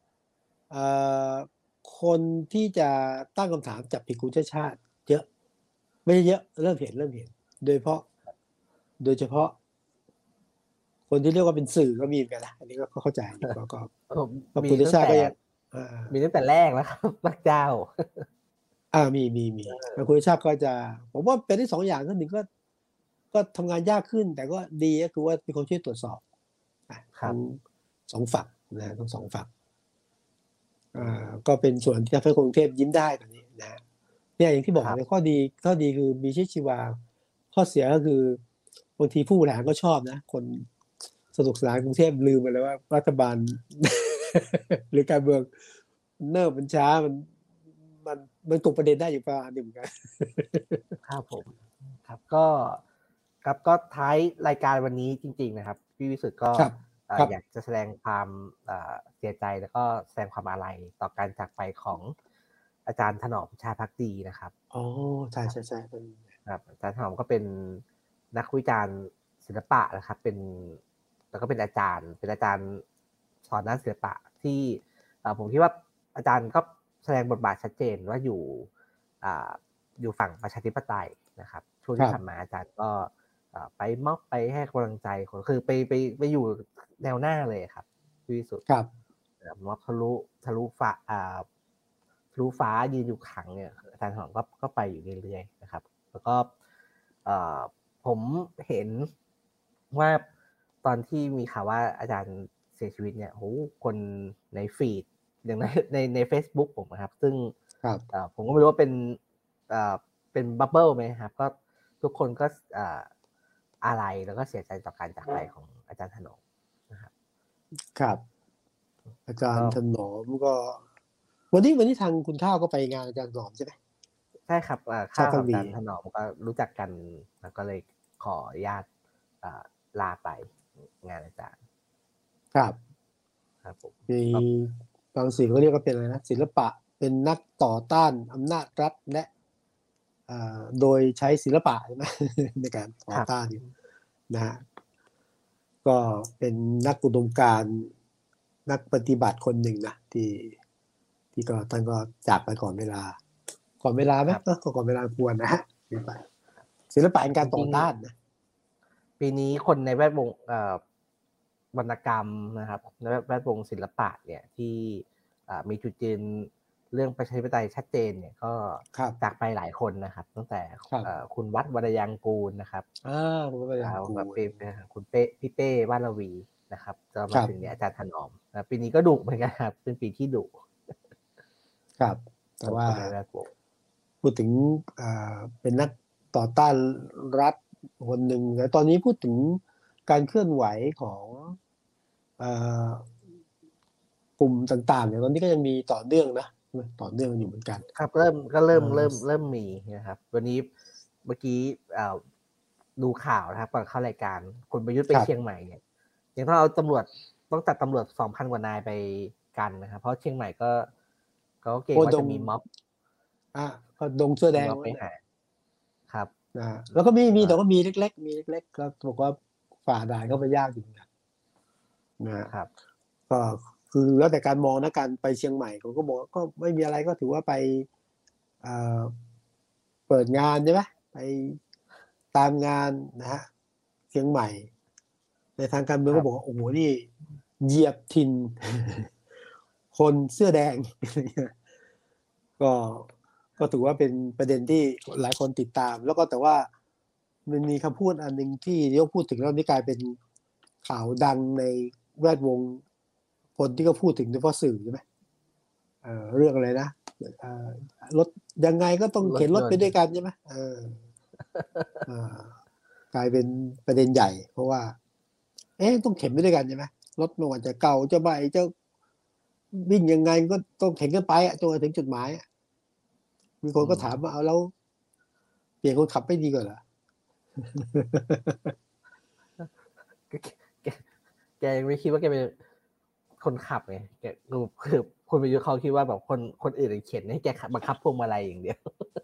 คนที่จะตั้งคำถามจับผิดคุณชัชชาติเยอะไม่เยอะเริ่มเห็นเริ่มเห็นโดยเฉพาะโดยเฉพาะคนที่เรียกว่าเป็นสื่อก็มีเหมือนกันนะอันนี้ก็เข้าใจก็ก็มีตั้งแต่มีตั้งแต่แรกแล้วครับพระเจ้าอ่ามีมีมีแล้วคุณชัชชาติก็จะผมว่าเป็นที่สองอย่างก็หนึ่งก็ก็ทำงานยากขึ้นแต่ก็ดีก็คือว่ามีคนช่วยตรวจสอบทั้งสองฝั่งนะทั้งสองฝั่งอ่าก็เป็นส่วนที่ทำให้กรุงเทพยิ้มได้ตอนนี้นะเนี่ยอย่างที่บอกในข้อดีข้อดีคือมีชีวิตชีวาข้อเสียก็คือบางทีผู้บริหารก็ชอบนะคนสนุกสนานกรุงเทพลืมไปเลยว่ารัฐบาล หรือการเมืองเนิ่นมันช้ามันมันมันตกประเด็นได้อยู่ประมาณนึงเหมือนกันครับผมครับก็ครับก็ท้ายรายการวันนี้จริงๆนะครับพี่วิสุทธ์ก็อยากจะแสดงความเสียใจแล้วก็แสดงความอาลัยต่อการจากไปของอาจารย์ถนอมชาภักดีนะครับอ๋อใช่ใช่ใช่ครับอาจารย์ถนอมก็เป็นนักวิจารณ์ศิลปะนะครับเป็นแล้วก็เป็นอาจารย์เป็นอาจารย์สอนด้านศิลปะที่ผมคิดว่าอาจารย์ก็แสดงบทบาทชัดเจนว่าอยู่อยู่ฝั่งประชาธิปไตยนะครับช่วงที่ผ่านมาอาจารย์ก็ไปม็อบไปให้กำลังใจคนคือไปไปไปอยู่แนวหน้าเลยครับที่สุดครับม็อบทะลุทะลุฟ้าอ่าทะลุฟ้ายืนอยู่ขังเนี่ยอาจารย์ถนอมก็ก็ไปอยู่เรื่อยๆนะครับแล้วก็ผมเห็นว่าตอนที่มีข่าวว่าอาจารย์เสียชีวิตเนี่ยโหคนในฟีดอย่างในในใน Facebook ผมนะครับซึ่งผมก็ไม่รู้ว่าเป็นเป็นบับเบิ้ลไหมครับก็ทุกคนก็อะไรแล้วก็เสียใจต่อการจากไปของอาจารย์ถนอมนะครับครับอาจารย์ถนอมก็วันนี้วันนี้ทางคุณข้าวก็ไปงานอาจารย์ถนอมใช่ไหมใช่ครับข้าวกับอาจารย์ถนอมก็รู้จักกันแล้วก็เลยขออนุญาตลาไปงานอาจารย์ครับครับผมมีบางสิ่งเขาเรียกว่าเป็นอะไรนะศิลปะเป็นนักต่อต้านอำนาจรัฐและโดยใช้ศิลปะใช่ไหมในการต่อต้านนะฮะก็เป็นนักอุดมการณ์นักปฏิบัติคนหนึ่งนะที่ที่ก็ท่านก็จากไปก่อนเวลาก่อนเวลาไหมก็ก่อนเวลาควรนะฮะศิลปะเป็นการต่อต้านนะปีนี้คนในแวดวงวรรณกรรมนะครับในแวดวงศิลปะเนี่ยที่มีจุดยืนเรื่องประชาธิปไตยชัดเจนเนี่ยก็จากไปหลายคนนะครับตั้งแต่คุณวัดวรยังกูลนะครับอ่าคุณวัดวรยังกูลคุณเป้พี่เป้วาดลวีนะครับจะมาถึงเนี่ยอาจารย์ถนอมนะปีนี้ก็ดุเหมือนกันครับเป็นปีที่ดุครับแต่ว่าพูดถึงเป็นนักต่อต้านรัฐคนหนึ่งแล้วตอนนี้พูดถึงการเคลื่อนไหวของกลุ่มต่างๆเนี่ยตอนนี้ก็ยังมีต่อเนื่องนะต่อเนื่องกันอยู่เหมือนกันครับเริ่มก็เริ่มเริ่มเริ่มมีนะครับวันนี้เมื่อกี้ดูข่าวนะครับก่อนเข้ารายการคุณประยุทธ์ไปเชียงใหม่เนี่ยยังต้องเอาตำรวจต้องจัดตำรวจ สองพัน กว่านายไปกันนะครับเพราะเชียงใหม่ก็ก็เกรงว่าจะมีม็อบอ่ะก็ดงเสื้อแดงไปหาครับนะแล้วก็มีมีแต่ว่ามีเล็กๆมีเล็กๆก็บอกว่าฝ่าด่านเข้าไปยากจริงนะครับก็คือแล้วแต่การมองนะการไปเชียงใหม่ผมก็บอกก็ไม่มีอะไรก็ถือว่าไปเปิดงานใช่ไหมไปตามงานนะฮะเชียงใหม่ในทางการเมืองก็บอกว่าโอ้โหนี่เหยียบถิ่นคนเสื้อแดงก็ก็ถือว่าเป็นประเด็นที่หลายคนติดตามแล้วก็แต่ว่ามันมีคำพูดอันหนึ่งที่ยกพูดถึงแล้วนี่กลายเป็นข่าวดังในแวดวงคนที่ก็พูดถึงโดยเฉพาะสื่อใช่ไหมเอ่อเรื่องอะไรนะเอ่อรถยังไงก็ต้องเข็นรถไปด้วยกันใช่ไหมเออเอ่อกลายเป็นประเด็นใหญ่เพราะว่าเอ๊ะต้องเข็นไปด้วยกันใช่ไหมรถไม่ว่าจะเก่าจะใหม่จะวิ่งยังไงก็ต้องเข็นกันไปจนถึงจุดหมายมีคนก็ถามว่าเอาแล้วเปลี่ยนคนขับไม่ดีกว่าเหรอแกไม่คิดว่าแกเป็นคนขับไงแกคือคนประยุทธ์เขาคิดว่าแบบคนคนอื่นเข็นให้แกบังคับพวงมาลัยอย่างเดียว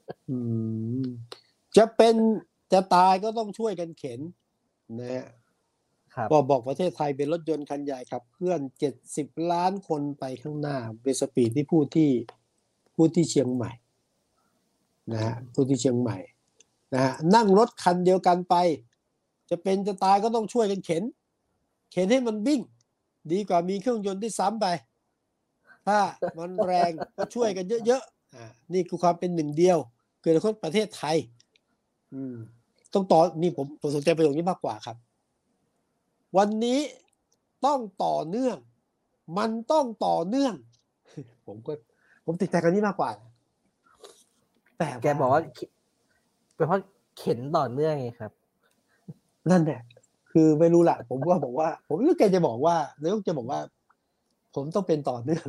จะเป็นจะตายก็ต้องช่วยกันเข็นนะฮะก็บอกประเทศไทยเป็นรถยนต์คันใหญ่ขับเคลื่อนเจ็ดสิบล้านคนไปข้างหน้าเป็นสปีดที่พูดที่พูดที่เชียงใหม่นะฮะพูดที่เชียงใหม่นะฮะนั่งรถคันเดียวกันไปจะเป็นจะตายก็ต้องช่วยกันเข็นเข็นให้มันวิ่งดีกว่ามีเครื่องยนต์ที่ซ้ำไปถ้ามันแรงก็ช่วยกันเยอะๆอ่านี่คือความเป็นหนึ่งเดียวเกิดขึ้นประเทศไทยอืมต้องต่อนี่ผมผมสนใจประโยคนี้มากกว่าครับวันนี้ต้องต่อเนื่องมันต้องต่อเนื่องผมก็ผมติดใจกันนี้มากกว่าแต่แกบอกว่าเป็นเพราะเข็นต่อเนื่องไงครับนั่นแหละคือไม่รู้ละผมก็บอกว่าผมรู้แกจะบอกว่าแล้วจะบอกว่าผมต้องเป็นต่อเนื่อง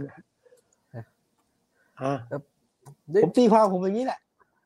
อ่าผมตีความผมอย่างนี้แหละ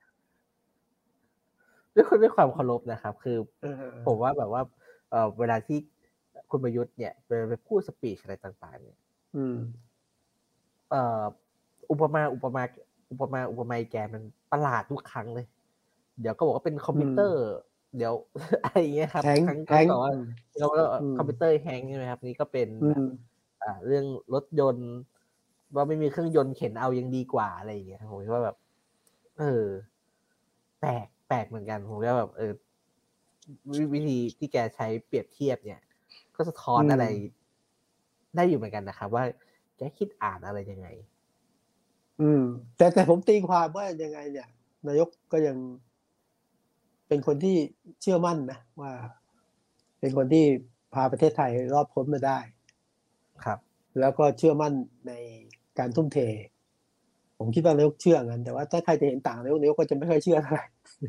ด้วยด้วยความเคารพนะครับคือผมว่าแบบว่าเอ่อเวลาที่คุณประยุทธ์เนี่ยไปพูดสปีชอะไรต่างๆเนี่ยเอ่ออุปมาอุปมาอุปมาอุปไมยแกมันประหลาดทุกครั้งเลยเดี๋ยวก็บอกว่าเป็นคอมพิวเตอร์เดี๋ยวอะไรอย่างเงี้ยครับครั้งก็บอกว่าเราคอมพิวเตอร์แฮงใช่ไหมครับนี่ก็เป็นอ่าเรื่องรถยนต์ว่าไม่มีเครื่องยนต์เข็นเอายังดีกว่าอะไรอย่างเงี้ยผมคิดว่าแบบเออแปลกแปลกเหมือนกันผมก็แบบเออวิธีที่แกใช้เปรียบเทียบเนี่ยก็สะท้อนอะไรได้อยู่เหมือนกันนะครับว่าแกคิดอ่านอะไรยังไงอืมแต่แต่ผมตีความว่ายังไงเนี่ยนายกก็ยังเป็นคนที่เชื่อมั่นนะว่าเป็นคนที่พาประเทศไทยรอดพ้นมาได้ครับแล้วก็เชื่อมั่นในการทุ่มเทผมคิดว่านายกเชื่องั้นแต่ว่าถ้าใครจะเห็นต่างนายกนายกก็จะไม่ค่อยเชื่อเท่าไหร่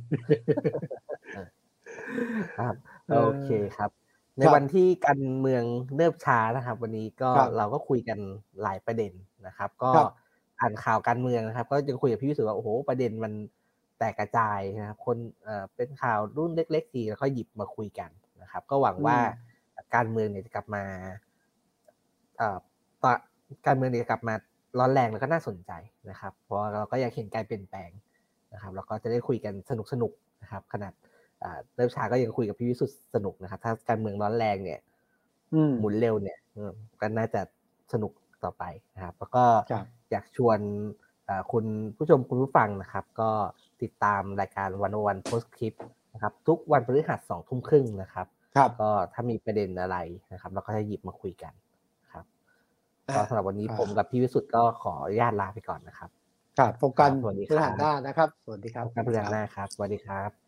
ครับโอเคครับในวันที่การเมืองเนิบช้านะครับวันนี้ก็เราก็คุยกันหลายประเด็นนะครับก็อ่านข่าวการเมืองนะครับก็ยังคุยกับพี่วิสุทธิ์ว่าโอ้โหประเด็นมันแตกกระจายนะครับคนเอ่อเป็นข่าวรุ่นเล็กๆทีแล้วก็หยิบมาคุยกันนะครับก็หวังว่าการเมืองเนี่ยจะกลับมาเอ่อการเมืองเนี่ยจะกลับมาร้อนแรงแล้วก็น่าสนใจนะครับเพราะเราก็อยากเห็นการเปลี่ยนแปลงนะครับแล้วก็จะได้คุยกันสนุกๆนะครับขนาดเริ่มช้าก็ยังคุยกับพี่วิสุทธิ์สนุกนะครับถ้าการเมืองร้อนแรงเนี่ยหมุนเร็วเนี่ยก็น่าจะสนุกต่อไปนะครับแล้วก็อยากชวนคุณผู้ชมคุณผู้ฟังนะครับก็ติดตามรายการวันโอวันโพสต์คลิปนะครับทุกวันพฤหัสสองทุ่มครึ่งนะครับก็ถ้ามีประเด็นอะไรนะครับเราก็จะหยิบมาคุยกันครับก็สำหรับวันนี้ผมกับพี่วิสุทธิ์ก็ขออนุญาตลาไปก่อนนะครับครับพบกันพฤหัสหน้านะครับสวัสดีครับพบกันพฤหัสหน้าครับสวัสดีครับ